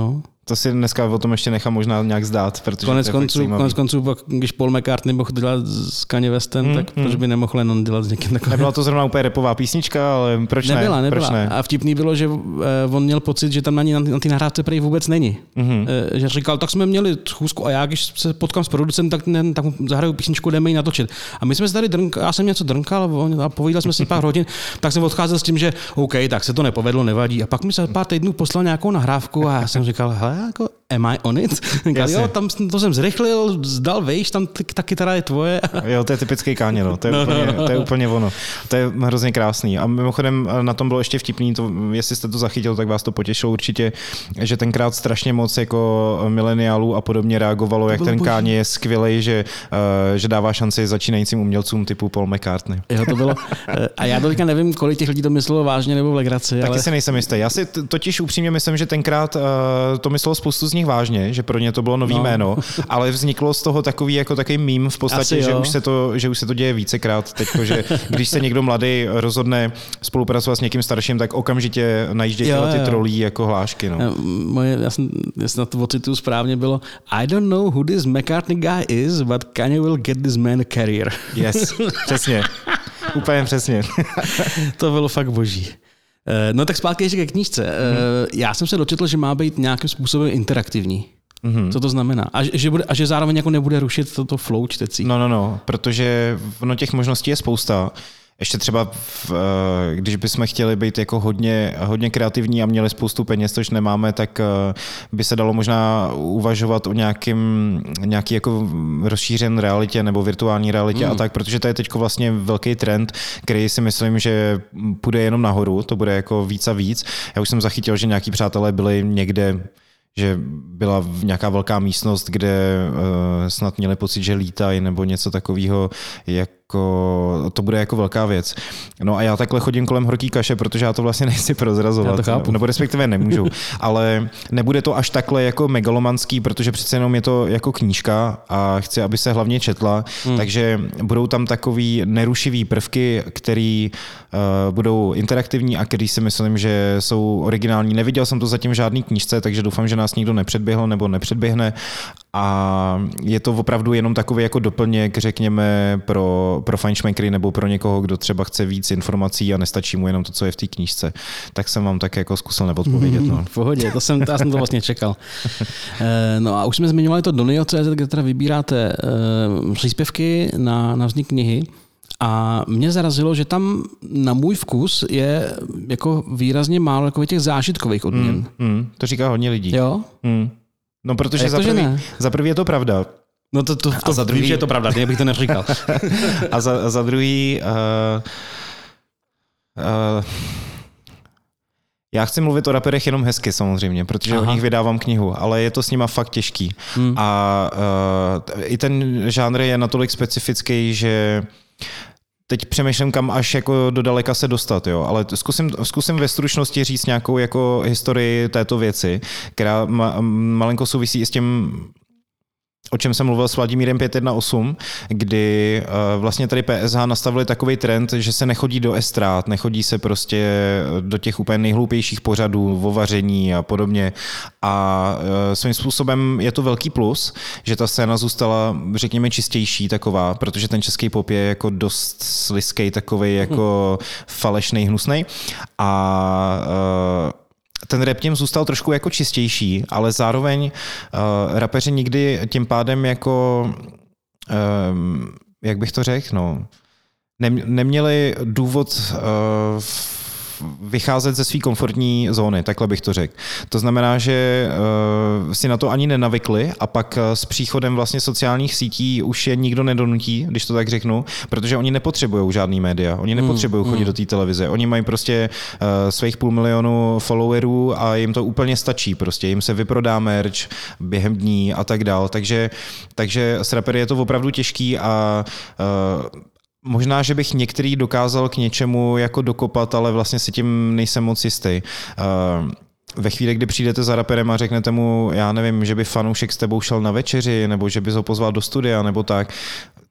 To si dneska o tom ještě nechám možná nějak zdát, protože konec konců, když Paul McCartney mohl dělat s Kanye Westem, tak proč by nemohl Lennon dělat s někým takovým? Nebyla to zrovna úplně rapová písnička, ale proč nebyla. Proč ne? A vtipný bylo, že on měl pocit, že tam na té nahrávce prý vůbec není. Že říkal, tak jsme měli schůzku a já, když se potkám s producentem, tak zahraju písničku, jdeme ji natočit. A my jsme se tady já jsem něco drnkal a povídali jsme si pár hodin, tak jsem odcházel s tím, že OK, tak se to nepovedlo, nevadí. A pak mi se pár týdnů poslal nějakou nahrávku a já jsem říkal, hele, jako am I on it? Říkal, jo, tam to jsem zrychlil, zdal, vejš, tam ta kytara je tvoje. Jo, to je typický Kanye, no. To je úplně ono. To je hrozně krásný. A mimochodem na tom bylo ještě vtipný, jestli jste to zachytil, tak vás to potěšilo určitě, že tenkrát strašně moc jako mileniálů a podobně reagovalo, jak ten Kanye je skvělej, že dává šanci začínajícím umělcům typu Paul McCartney. Jo, to bylo. A já teďka nevím, kolik těch lidí to myslelo vážně nebo v legraci. Taky si nejsem jistý. Já si totiž upřímně myslím, že tenkrát to myslelo spoustu z nich vážně, že pro ně to bylo nový jméno, ale vzniklo z toho takový meme v podstatě, že už se to děje vícekrát teďko, že když se někdo mladý rozhodne spolupracovat s někým starším, tak okamžitě najíždějí ty trolí jako hlášky. No. Já jsem na to ocituju správně bylo I don't know who this McCartney guy is, but Kanye will get this man a career. Yes, přesně. Úplně přesně. To bylo fakt boží. No tak zpátky ještě ke knížce. Já jsem se dočetl, že má být nějakým způsobem interaktivní. Co to znamená? A že zároveň jako nebude rušit to flow čtecí. No, protože těch možností je spousta. Ještě třeba, když bychom chtěli být jako hodně kreativní a měli spoustu peněz, což nemáme, tak by se dalo možná uvažovat o nějaký jako rozšířen realitě nebo virtuální realitě a tak, protože to je teď vlastně velký trend, který si myslím, že půjde jenom nahoru, to bude jako víc a víc. Já už jsem zachytil, že nějaký přátelé byli někde, že byla nějaká velká místnost, kde snad měli pocit, že lítají nebo něco takového, jako to bude jako velká věc. No a já takhle chodím kolem horký kaše, protože já to vlastně nechci prozrazovat. Já to chápu. Nebo respektive nemůžu. Ale nebude to až takhle jako megalomanský, protože přece jenom je to jako knížka a chci, aby se hlavně četla. Takže budou tam takový nerušivý prvky, který budou interaktivní a který si myslím, že jsou originální. Neviděl jsem to zatím v žádný knížce, takže doufám, že nás nikdo nepředběhl nebo nepředběhne. A je to opravdu jenom takový jako doplněk, řekněme, pro fajnšmekry nebo pro někoho, kdo třeba chce víc informací a nestačí mu jenom to, co je v té knížce. Tak jsem vám tak jako zkusil neodpovědět. No. V pohodě, já jsem to vlastně čekal. No a už jsme zmiňovali to Donio.cz, kde teda vybíráte příspěvky na vznik knihy. A mě zarazilo, že tam na můj vkus je jako výrazně málo jako těch zážitkových odměn. To říká hodně lidí. Jo? No protože za prvý je to pravda. No to za druhý je to pravda, já bych to neříkal. A za druhý já chci mluvit o raperech jenom hezky samozřejmě, protože o nich vydávám knihu, ale je to s nima fakt těžký. A i ten žánr je natolik specifický, že teď přemýšlím, kam až jako do daleka se dostat, jo, ale zkusím ve stručnosti říct nějakou jako historii této věci, která malinko souvisí i s tím, o čem jsem mluvil s Vladimírem 518, kdy vlastně tady PSH nastavili takový trend, že se nechodí do estrád, nechodí se prostě do těch úplně nejhloupějších pořadů, o vaření a podobně. A svým způsobem je to velký plus, že ta scéna zůstala, řekněme, čistější taková, protože ten český pop je jako dost slizkej, takovej jako falešnej, hnusnej. A ten rap tím zůstal trošku jako čistější, ale zároveň rapeři nikdy tím pádem jako, jak bych to řekl, no, neměli důvod vycházet ze své komfortní zóny, takhle bych to řekl. To znamená, že si na to ani nenavykli a pak s příchodem vlastně sociálních sítí už je nikdo nedonutí, když to tak řeknu, protože oni nepotřebují žádný média, oni nepotřebují chodit do té televize, oni mají prostě svých 500 000 followerů a jim to úplně stačí, prostě jim se vyprodá merch během dní a tak dál, takže s rapery je to opravdu těžký a možná, že bych některý dokázal k něčemu jako dokopat, ale vlastně si tím nejsem moc jistý. Ve chvíli, kdy přijdete za raperem a řeknete mu, já nevím, že by fanoušek s tebou šel na večeři, nebo že bys ho pozval do studia, nebo tak,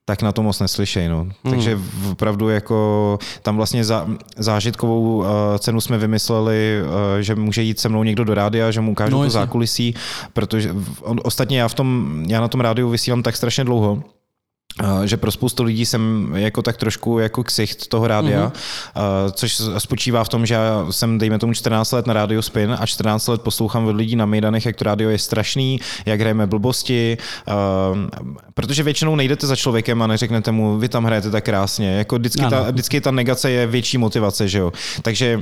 tak na to moc neslyšej. No. Takže opravdu jako tam vlastně zážitkovou cenu jsme vymysleli, že může jít se mnou někdo do rádia, že mu ukážu to zákulisí, protože ostatně já na tom rádiu vysílám tak strašně dlouho, že pro spoustu lidí jsem jako tak trošku jako ksicht toho rádia, což spočívá v tom, že já jsem, dejme tomu, 14 let na rádiu Spin a 14 let poslouchám od lidí na mejdanech, jak to rádio je strašný, jak hrajeme blbosti, protože většinou nejdete za člověkem a neřeknete mu, vy tam hrajete tak krásně. Jako vždycky ta negace je větší motivace, že jo. Takže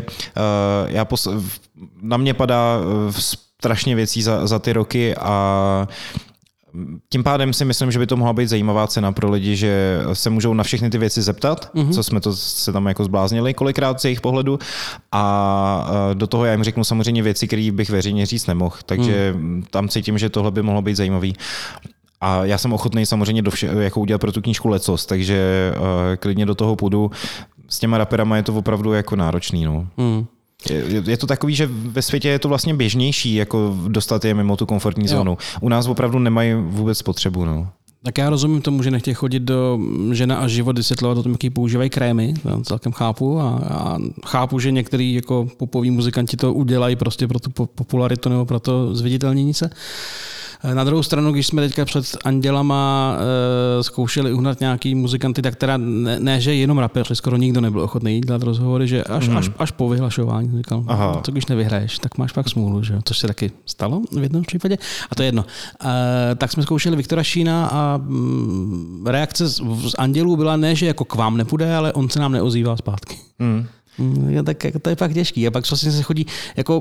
na mě padá strašně věcí za ty roky a tím pádem si myslím, že by to mohla být zajímavá cena pro lidi, že se můžou na všechny ty věci zeptat, co jsme se tam jako zbláznili kolikrát z jejich pohledu a do toho já jim řeknu samozřejmě věci, které bych veřejně říct nemohl, takže tam cítím, že tohle by mohlo být zajímavý. A já jsem ochotný samozřejmě jako udělat pro tu knížku lecos, takže klidně do toho půjdu. S těma raperama je to opravdu jako náročný. No. Je to takový, že ve světě je to vlastně běžnější, jako dostat je mimo tu komfortní zónu. U nás opravdu nemají vůbec potřebu. No. Tak já rozumím tomu, že nechtějí chodit do Žena a život vysvětlovat o tom, jaký používají krémy, to celkem chápu a chápu, že některý jako popoví muzikanti to udělají prostě pro tu popularitu nebo pro to zviditelnění se. Na druhou stranu, když jsme teďka před Andělama zkoušeli uhnat nějaký muzikanty, tak teda ne že jenom rapeři, skoro nikdo nebyl ochotný dělat rozhovory, že až po vyhlašování. Říkal, co když nevyhraješ, tak máš pak smůlu, že? Což se taky stalo v jednom případě. A to je jedno. Tak jsme zkoušeli Viktora Šína a reakce z Andělů byla ne, že jako k vám nepůjde, ale on se nám neozývá zpátky. Tak to je pak těžký. A pak vlastně se chodí jako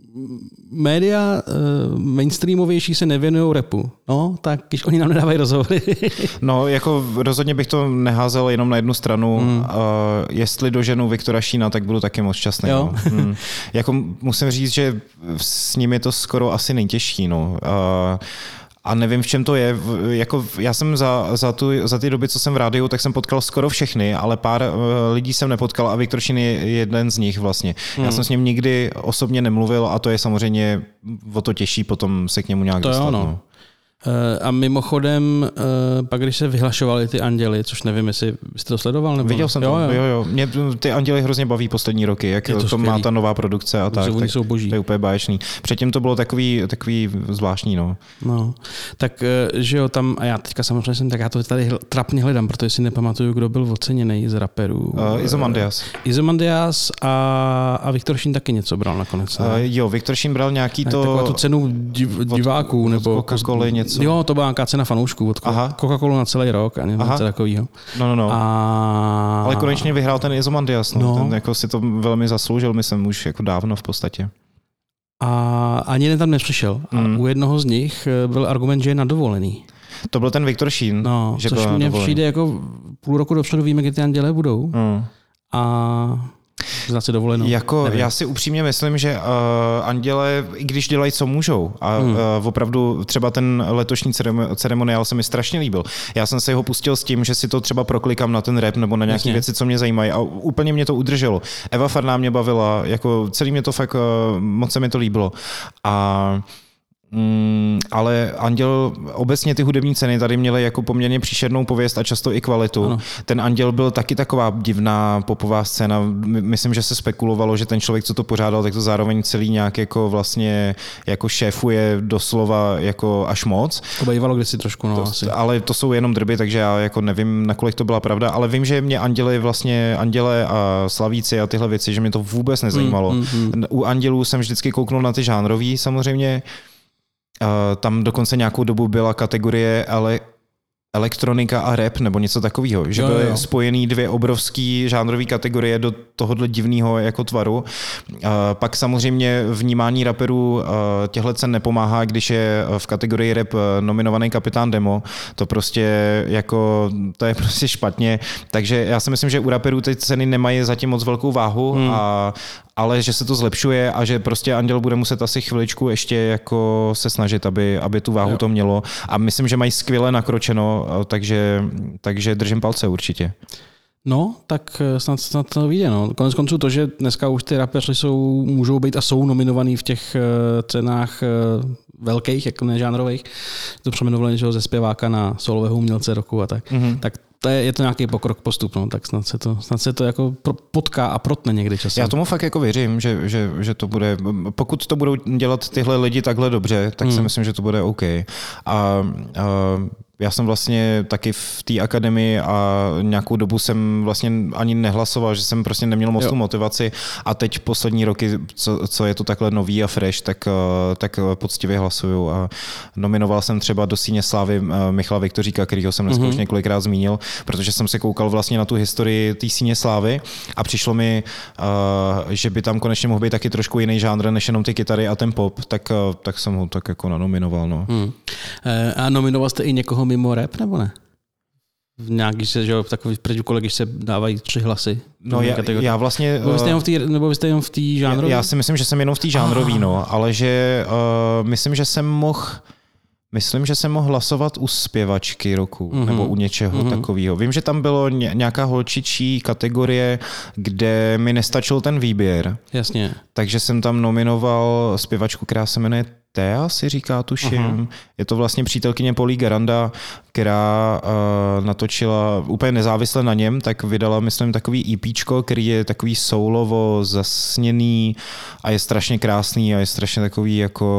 média mainstreamovější se nevěnují rapu. No, tak když oni nám nedávají rozhovory. No, jako rozhodně bych to neházel jenom na jednu stranu. Jestli doženu Viktora Šína, tak budu taky moc šťastný. No. Jako musím říct, že s ním je to skoro asi nejtěžší. No. A nevím, v čem to je. Jako já jsem za ty doby, co jsem v rádiu, tak jsem potkal skoro všechny, ale pár lidí jsem nepotkal a Viktor Šín je jeden z nich vlastně. Já jsem s ním nikdy osobně nemluvil a to je samozřejmě o to těžší potom se k němu nějak dostat. No. A mimochodem, pak když se vyhlašovali ty Anděly, což nevím, jestli jste to sledoval? Nebo... Viděl jsem to, jo. Mě ty Anděly hrozně baví poslední roky, jak to má ta nová produkce a tak. Oni jsou boží. To je úplně báječný. Předtím to bylo takový zvláštní, no. No, tak že jo, tam, a já teďka samozřejmě jsem, tak já to tady trapně hledám, protože si nepamatuju, kdo byl oceněný z raperů. Izomandias a Viktor Šín taky něco bral nakonec. Jo, Viktor Šín bral nějaký to... Takovou tu cenu diváků, nebo... Coca-Coly něco. Jo, to byla nějaká cena fanoušků od Coca-Colu na celý rok a něco takového. No. Ale konečně vyhrál ten Izomandias. No. Ten jako si to velmi zasloužil, myslím, už jako dávno v podstatě. A ani jeden tam nepřišel. A u jednoho z nich byl argument, že je na dovolený. To byl ten Viktor Šín. No, že což mně přijde jako půl roku dopředu víme, kdy ty Anděle budou. A zase dovolenou. Jako, já si upřímně myslím, že Anděle, i když dělají, co můžou, a opravdu třeba ten letošní ceremoniál se mi strašně líbil. Já jsem se ho pustil s tím, že si to třeba proklikám na ten rap nebo na nějaké věci, co mě zajímají a úplně mě to udrželo. Eva Farná mě bavila, jako celý mě to fakt, moc se mi to líbilo. Ale Anděl, obecně ty hudební ceny tady měly jako poměrně příšernou pověst a často i kvalitu. Ano. Ten Anděl byl taky taková divná popová scéna. Myslím, že se spekulovalo, že ten člověk, co to pořádal, tak to zároveň celý nějak jako vlastně jako šéfuje doslova jako až moc. To bývalo kdysi trošku, no asi. Ale to jsou jenom drby, takže já jako nevím, nakolik to byla pravda, ale vím, že mě Anděle a Slavíci a tyhle věci, že mě to vůbec nezajímalo. U Andělů jsem vždycky kouknul na ty žánrový samozřejmě. Tam dokonce nějakou dobu byla kategorie elektronika a rap nebo něco takového, že byly spojený dvě obrovský žánrové kategorie do tohohle divného jako tvaru. Pak samozřejmě vnímání raperů těchto cen nepomáhá, když je v kategorii rap nominovaný Kapitán Demo. To je prostě špatně. Takže já si myslím, že u raperů ty ceny nemají zatím moc velkou váhu, ale že se to zlepšuje a že prostě Anděl bude muset asi chviličku ještě jako se snažit, aby tu váhu to mělo. A myslím, že mají skvěle nakročeno, takže držím palce určitě. No, tak snad to vyjde. No. Konec konců to, že dneska už ty rapeři můžou být a jsou nominovaný v těch cenách velkých, jako nežánrových, to přeměnovali ze zpěváka na solového umělce roku a tak. Tak je to nějaký pokrok, postup, no, tak snad se to jako potká a protne někdy časem. Já tomu fakt jako věřím, že to bude, pokud to budou dělat tyhle lidi takhle dobře, tak si myslím, že to bude OK. A já jsem vlastně taky v té akademii a nějakou dobu jsem vlastně ani nehlasoval, že jsem prostě neměl moc tu motivaci a teď poslední roky, co je to takhle nový a fresh, tak poctivě hlasuju a nominoval jsem třeba do Síně slávy Michala Viktoříka, kterýho jsem dneska už několikrát zmínil, protože jsem se koukal vlastně na tu historii té Síně slávy a přišlo mi, že by tam konečně mohl být taky trošku jiný žánr, než jenom ty kytary a ten pop, tak jsem ho tak jako nanominoval. No. A nominoval jste i někoho mimo rap, nebo ne? V nějaký se, že takový první kolegy se dávají 3 hlasy. No já vlastně... Nebo vy jste jenom v té žánrový? Já si myslím, že jsem jenom v té žánrový, no, ale že myslím, že jsem mohl hlasovat u zpěvačky roku nebo u něčeho takového. Vím, že tam bylo nějaká holčičí kategorie, kde mi nestačil ten výběr. Jasně. Takže jsem tam nominoval zpěvačku, která se jmenuje Thea, si říká, tuším. Je to vlastně přítelkyně Polly Garanda, která natočila úplně nezávisle na něm, tak vydala, myslím, takový EPčko, který je takový soulovo zasněný a je strašně krásný a je strašně takový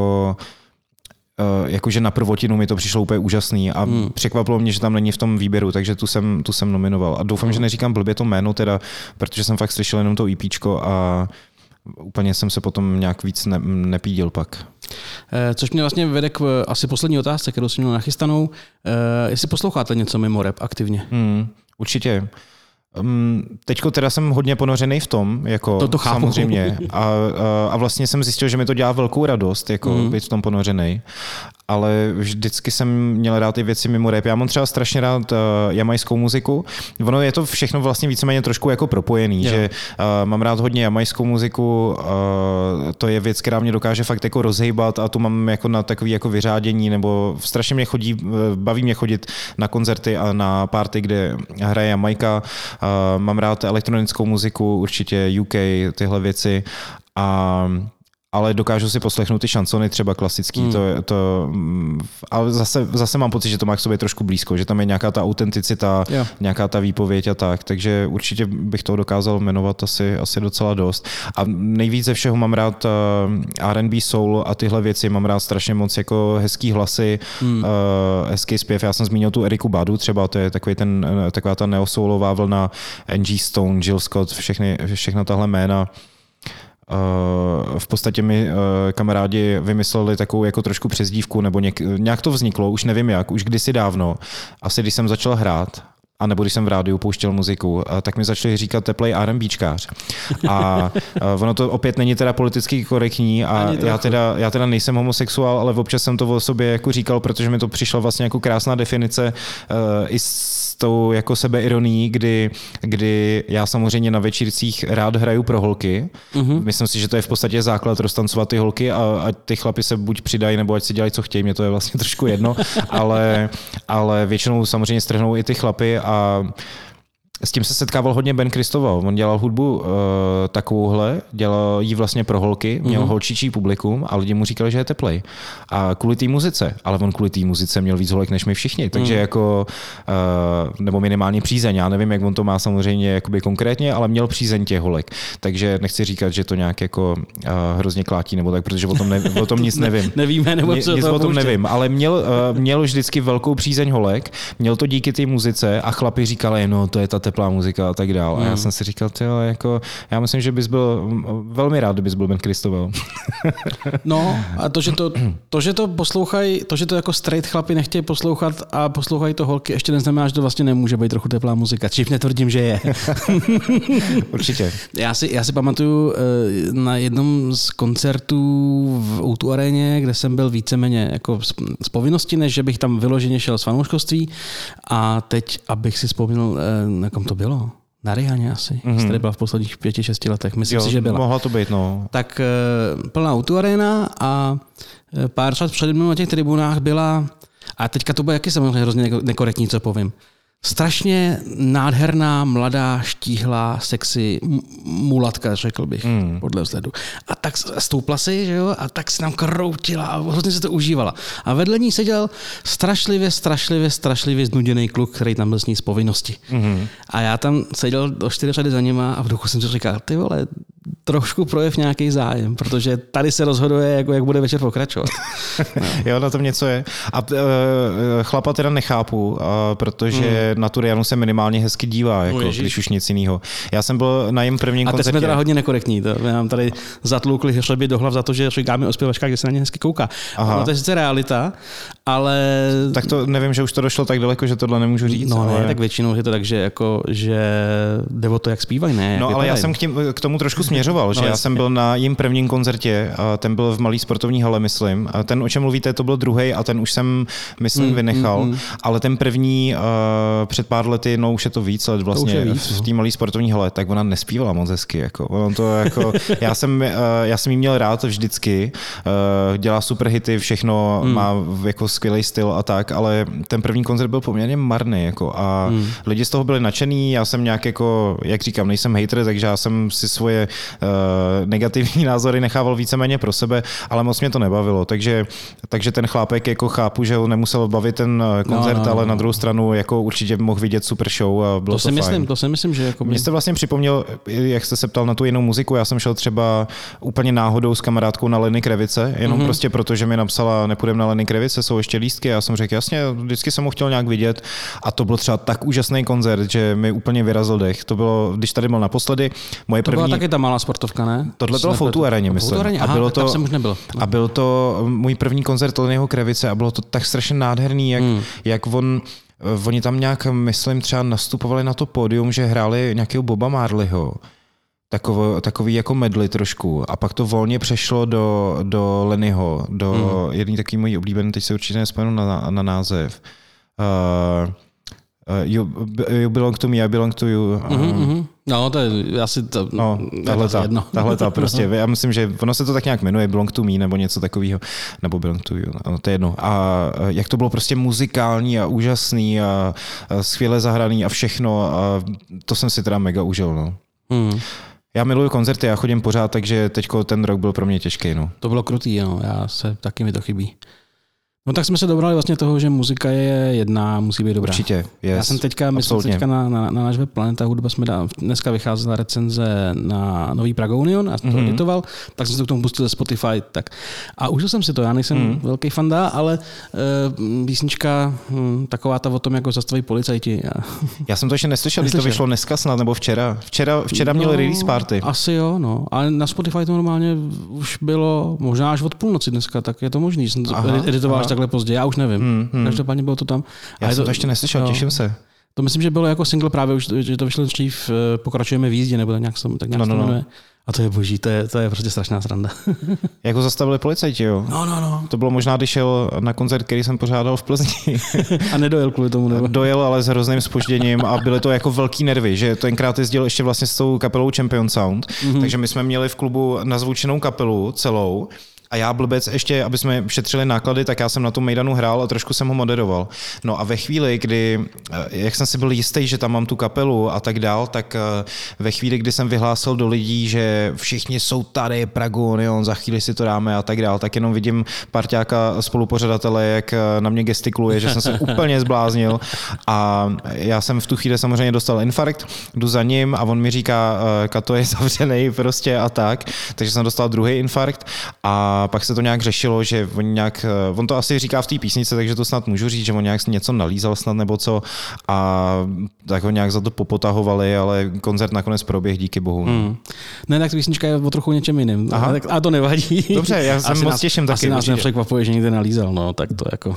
jakože na prvotinu mi to přišlo úplně úžasný a překvapilo mě, že tam není v tom výběru, takže tu jsem nominoval. A doufám, že neříkám blbě to jméno teda, protože jsem fakt slyšel jenom to EPčko a úplně jsem se potom nějak víc nepídil pak. Což mě vlastně vede k asi poslední otázce, kterou jsem měl nachystanou. Jestli posloucháte něco mimo rap aktivně? Určitě. Teďko teda jsem hodně ponořený v tom, jako to chápu. samozřejmě. A vlastně jsem zjistil, že mi to dělá velkou radost, jako být v tom ponořený. Ale vždycky jsem měl rád ty věci mimo rap. Já mám třeba strašně rád jamajskou muziku. Ono je to všechno vlastně víceméně trošku jako propojený, že mám rád hodně jamajskou muziku, to je věc, která mě dokáže fakt jako rozhejbat a tu mám jako na takový jako vyřádění, nebo strašně mě baví mě chodit na koncerty a na party, kde hraje Jamajka. Mám rád elektronickou muziku, určitě UK, tyhle věci ale dokážu si poslechnout ty šansony třeba klasický, ale zase mám pocit, že to má k sobě trošku blízko, že tam je nějaká ta autenticita, nějaká ta výpověď a tak, takže určitě bych toho dokázal jmenovat asi docela dost. A nejvíc ze všeho mám rád R&B, soul a tyhle věci, mám rád strašně moc jako hezký hlasy, hezký zpěv. Já jsem zmínil tu Eriku Badu třeba, to je taková ta neosoulová vlna, Angie Stone, Jill Scott, všechna tahle jména. V podstatě mi kamarádi vymysleli takovou jako trošku přezdívku, nebo nějak to vzniklo, už nevím jak, už kdysi dávno. Asi když jsem začal hrát, a nebo když jsem v rádiu pouštěl muziku, tak mi začali říkat teplej R&Bčkář. A ono to opět není teda politicky korektní a já teda nejsem homosexuál, ale občas jsem to o sobě jako říkal, protože mi to přišla vlastně jako krásná definice i s tou jako sebeironií, kdy já samozřejmě na večírcích rád hraju pro holky. Myslím si, že to je v podstatě základ roztancovat ty holky a ty chlapi se buď přidají, nebo ať si dělají, co chtějí, mě to je vlastně trošku jedno, ale většinou samozřejmě strhnou i ty chlapy a s tím se setkával hodně Ben Kristoval. On dělal hudbu takovouhle, dělal ji vlastně pro holky, měl holčičí publikum a lidi mu říkali, že je teplej. A kvůli té muzice, ale on kvůli té muzice měl víc holek než my všichni, takže jako, nebo minimálně přízeň, já nevím, jak on to má samozřejmě jakoby konkrétně, ale měl přízeň těch holek. Takže nechci říkat, že to nějak jako hrozně klátí nebo tak, protože o tom nic nevím. Nevíme, nebo nic o tom nevím, ale měl vždycky velkou přízeň holek, měl to díky té muzice a chlapi říkali, no to je ta teplá muzika a tak dál. A já jsem si říkal, jako, já myslím, že bys byl velmi rád, kdybys byl Ben Kristoval. No a to, že to poslouchají, to, že to jako straight chlapi nechtějí poslouchat a poslouchají to holky, ještě neznamená, že to vlastně nemůže být trochu teplá muzika. Čím netvrdím, že je. Určitě. Já si pamatuju na jednom z koncertů v O2 aréně, kde jsem byl víceméně jako z povinnosti, než že bych tam vyloženě šel z fanouškovství. A teď, abych si vzpomněl, na kom to bylo? Na Rihaně asi, která byla v posledních 5-6 letech. Myslím si, že byla. Mohla to být, no. Tak plná O2 arena a pár čas přede mnou na těch tribunách byla, a teďka to bude jaký samozřejmě hrozně nekorektní, co povím. strašně nádherná, mladá, štíhlá, sexy mulatka, řekl bych, podle vzhledu. A tak stoupla si, že jo, a tak se nám kroutila a hrozně se to užívala. A vedle ní seděl strašlivě znuděný kluk, který tam byl s ní z povinnosti. A já tam seděl do 4 řady za nima a v duchu jsem si říkal, ty vole, trošku projev nějaký zájem, protože tady se rozhoduje, jak bude večer pokračovat. No. Jo, na tom něco je. A chlapa teda nechápu, protože na tu Rianu se minimálně hezky dívá, jako, když už nic jiného. Já jsem byl na jejím prvním koncertě. A teď jsme teda hodně nekorektní. My nám tady zatloukli hřeby do hlav za to, že říkáme o zpěvačkách, kde se na ně hezky kouká. No, to je sice realita, ale... Tak to nevím, že už to došlo tak daleko, že tohle nemůžu říct. No ale... ne, tak většinou je to tak, že, jako, že jde o to, jak zpívají, ne? No ale já jsem k tomu trošku směřoval, že já jsem byl na jejím prvním koncertě, a ten byl v malý sportovní hale, myslím. A ten, o čem mluvíte, to byl druhý a ten už jsem, myslím, vynechal. Ale ten první před pár lety, no už je to víc let vlastně, v té malé sportovní hale, tak ona nespívala moc hezky. Jako. Ono to, jako, já jsem jí měl rád vždycky, dělá super hity, všechno, má jako skvělý styl a tak, ale ten první koncert byl poměrně marný. Jako, a lidi z toho byli nadšený, já jsem nějak jako, jak říkám, nejsem hater, takže já jsem si svoje negativní názory nechával víceméně pro sebe, ale moc mě to nebavilo, takže ten chlápek jako chápu, že ho nemusel bavit ten koncert, ale na druhou stranu jako určitě mohl vidět super show a bylo to fajn. To si myslím, že jako... Mně jste vlastně připomněl, jak jste se ptal na tu jinou muziku, já jsem šel třeba úplně náhodou s kamarádkou na Lenny Krevice, jenom prostě proto, že mi napsala, nepůjdem na Lenny Krevice, jsou ještě lístky, já jsem řekl, jasně, vždycky jsem ho chtěl nějak vidět a to byl třeba tak úžasný koncert, že mi úplně vyrazil dech. To bylo, když tady byl naposledy, moje první... To byla taky ta malá sportovka, ne? Tohle bylo v O2 areně, myslím. A bylo to můj první koncert Lennyho Krevice a bylo to tak strašně nádherný, jak oni tam nějak, myslím, třeba nastupovali na to pódium, že hráli nějakého Boba Marleyho. Takový jako medley trošku. A pak to volně přešlo do Lennyho, do jedný takový můj oblíbený, teď se určitě nespomenu na název. You belong to me, I belong to you. No, to je asi to... No, tahle ta prostě. Já myslím, že ono se to tak nějak jmenuje, Belong to me, nebo něco takového, nebo Belong to you, no, to je jedno. A jak to bylo prostě muzikální a úžasný a skvěle zahraný a všechno, a to jsem si teda mega užil, no. Já miluju koncerty, já chodím pořád, takže teďko ten rok byl pro mě těžký, no. To bylo krutý, no, taky mi to chybí. No tak jsme se dobrali vlastně toho, že muzika je jedna, musí být dobrá. Určitě, yes, já jsem teďka na náš web Planeta Hudba dneska vycházela recenze na nový Prague Union, já jsem to editoval, tak jsem se k tomu pustil ze Spotify. Tak. A užil jsem si to, já nejsem velký fanda, ale písnička taková ta o tom, jako zastaví policajti. Já jsem to ještě neslyšel, když to vyšlo dneska snad, nebo včera. Včera měli release party. Asi jo, no. Ale na Spotify to normálně už bylo možná až od půlnoci dneska, tak je to možný. Jsem editoval takhle pozdě, já už nevím. Každopádně bylo to tam. Já jsem to ještě neslyšel, těším se. To myslím, že bylo jako single právě už, že to vyšlo dřív, Pokračujeme v jízdě, nebo tak nějak se to jmenuje. A to je boží, to je prostě strašná sranda. Jak ho zastavili policajti, jo? No. To bylo možná, když šel na koncert, který jsem pořádal v Plzni. A nedojel kvůli tomu, nebo? Dojel, ale s hrozným zpožděním a byly to jako velký nervy, že tenkrát jezdil ještě vlastně s tou kapelou Champion Sound, takže my jsme měli v klubu nazvučenou kapelu celou. A já blbec ještě, aby jsme šetřili náklady, tak já jsem na tom mejdanu hrál a trošku jsem ho moderoval. No a ve chvíli, kdy, jak jsem si byl jistý, že tam mám tu kapelu a tak dál, tak ve chvíli, kdy jsem vyhlásil do lidí, že všichni jsou tady, Prague Union, za chvíli si to dáme a tak dál, tak jenom vidím parťáka spolupořadatele, jak na mě gestikuluje, že jsem se úplně zbláznil a já jsem v tu chvíli samozřejmě dostal infarkt, jdu za ním a on mi říká, Kato je zavřenej prostě a tak, takže jsem dostal druhý infarkt a pak se to nějak řešilo, že on to asi říká v té písnice, takže to snad můžu říct, že on nějak něco nalízal snad nebo co a tak ho nějak za to popotahovali, ale koncert nakonec proběh, díky bohu. Ne, tak písnička je o trochu něčem jiným. A to nevadí. Dobře, já jsem moc těším taky. Asi nás nepřekvapuje, že někde nalízal, no, tak to jako...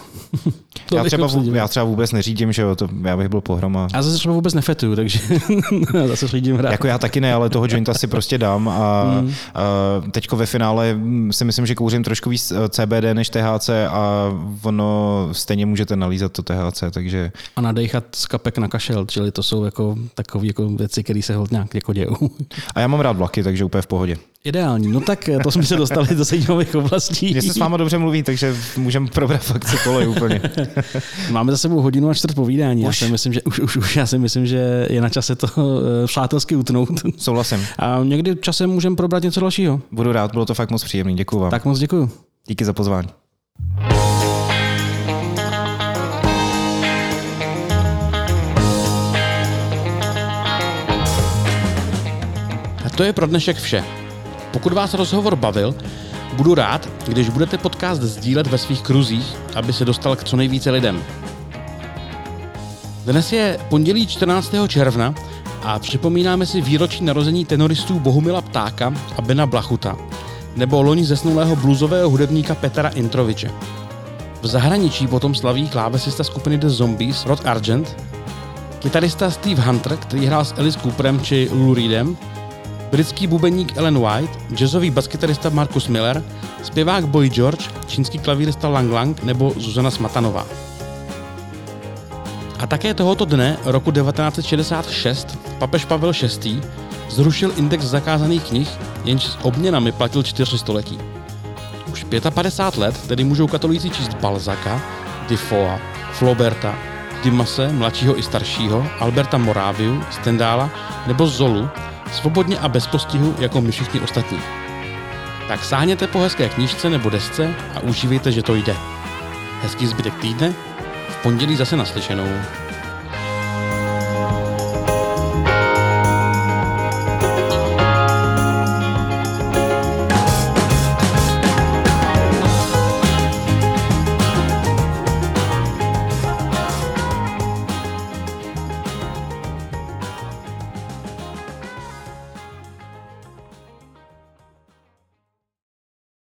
já třeba vůbec neřídím, že jo, já bych byl pohroma. Já zase třeba vůbec nefetuju, takže zase řídím hrát. Jako já taky ne, ale toho jointa si prostě dám a teďko ve finále si myslím, že kouřím trošku víc CBD než THC a ono stejně můžete nalízat to THC, takže... A nadejchat z kapek na kašel, čili to jsou jako takové jako věci, které se holt nějak jako dějou. A já mám rád vlaky, takže úplně v pohodě. Ideální. No tak to jsme se dostali do zajímavých oblastí. Mně se s váma dobře mluví, takže můžeme probrat fakt co kolej úplně. Máme za sebou 1 hodinu a 4 povídání. Já si myslím, že je na čase to přátelsky utnout. Souhlasím. A někdy časem můžeme probrat něco dalšího. Budu rád, bylo to fakt moc příjemný. Děkuju vám. Tak moc děkuju. Díky za pozvání. A to je pro dnešek vše. Pokud vás rozhovor bavil, budu rád, když budete podcast sdílet ve svých kruzích, aby se dostal k co nejvíce lidem. Dnes je pondělí 14. června a připomínáme si výročí narození tenoristů Bohumila Ptáka a Bena Blachuta, nebo loni zesnulého bluesového hudebníka Petra Introviče. V zahraničí potom slaví klávesista skupiny The Zombies Rod Argent, kytarista Steve Hunter, který hrál s Alice Cooperem či Lou Reedem, britský bubeník Ellen White, jazzový baskytarista Marcus Miller, zpěvák Boy George, čínský klavírista Lang Lang nebo Zuzana Smatanová. A také tohoto dne, roku 1966, papež Pavel VI. Zrušil index zakázaných knih, jenž s obměnami platil 4 století. Už 55 let tedy můžou katolíci číst Balzaca, Defoea, Flauberta, Dimase, mladšího i staršího, Alberta Moraviu, Stendála nebo Zolu, svobodně a bez postihu jako my všichni ostatní. Tak sáhněte po hezké knížce nebo desce a užívejte, že to jde. Hezký zbytek týdne, v pondělí zase naslyšenou.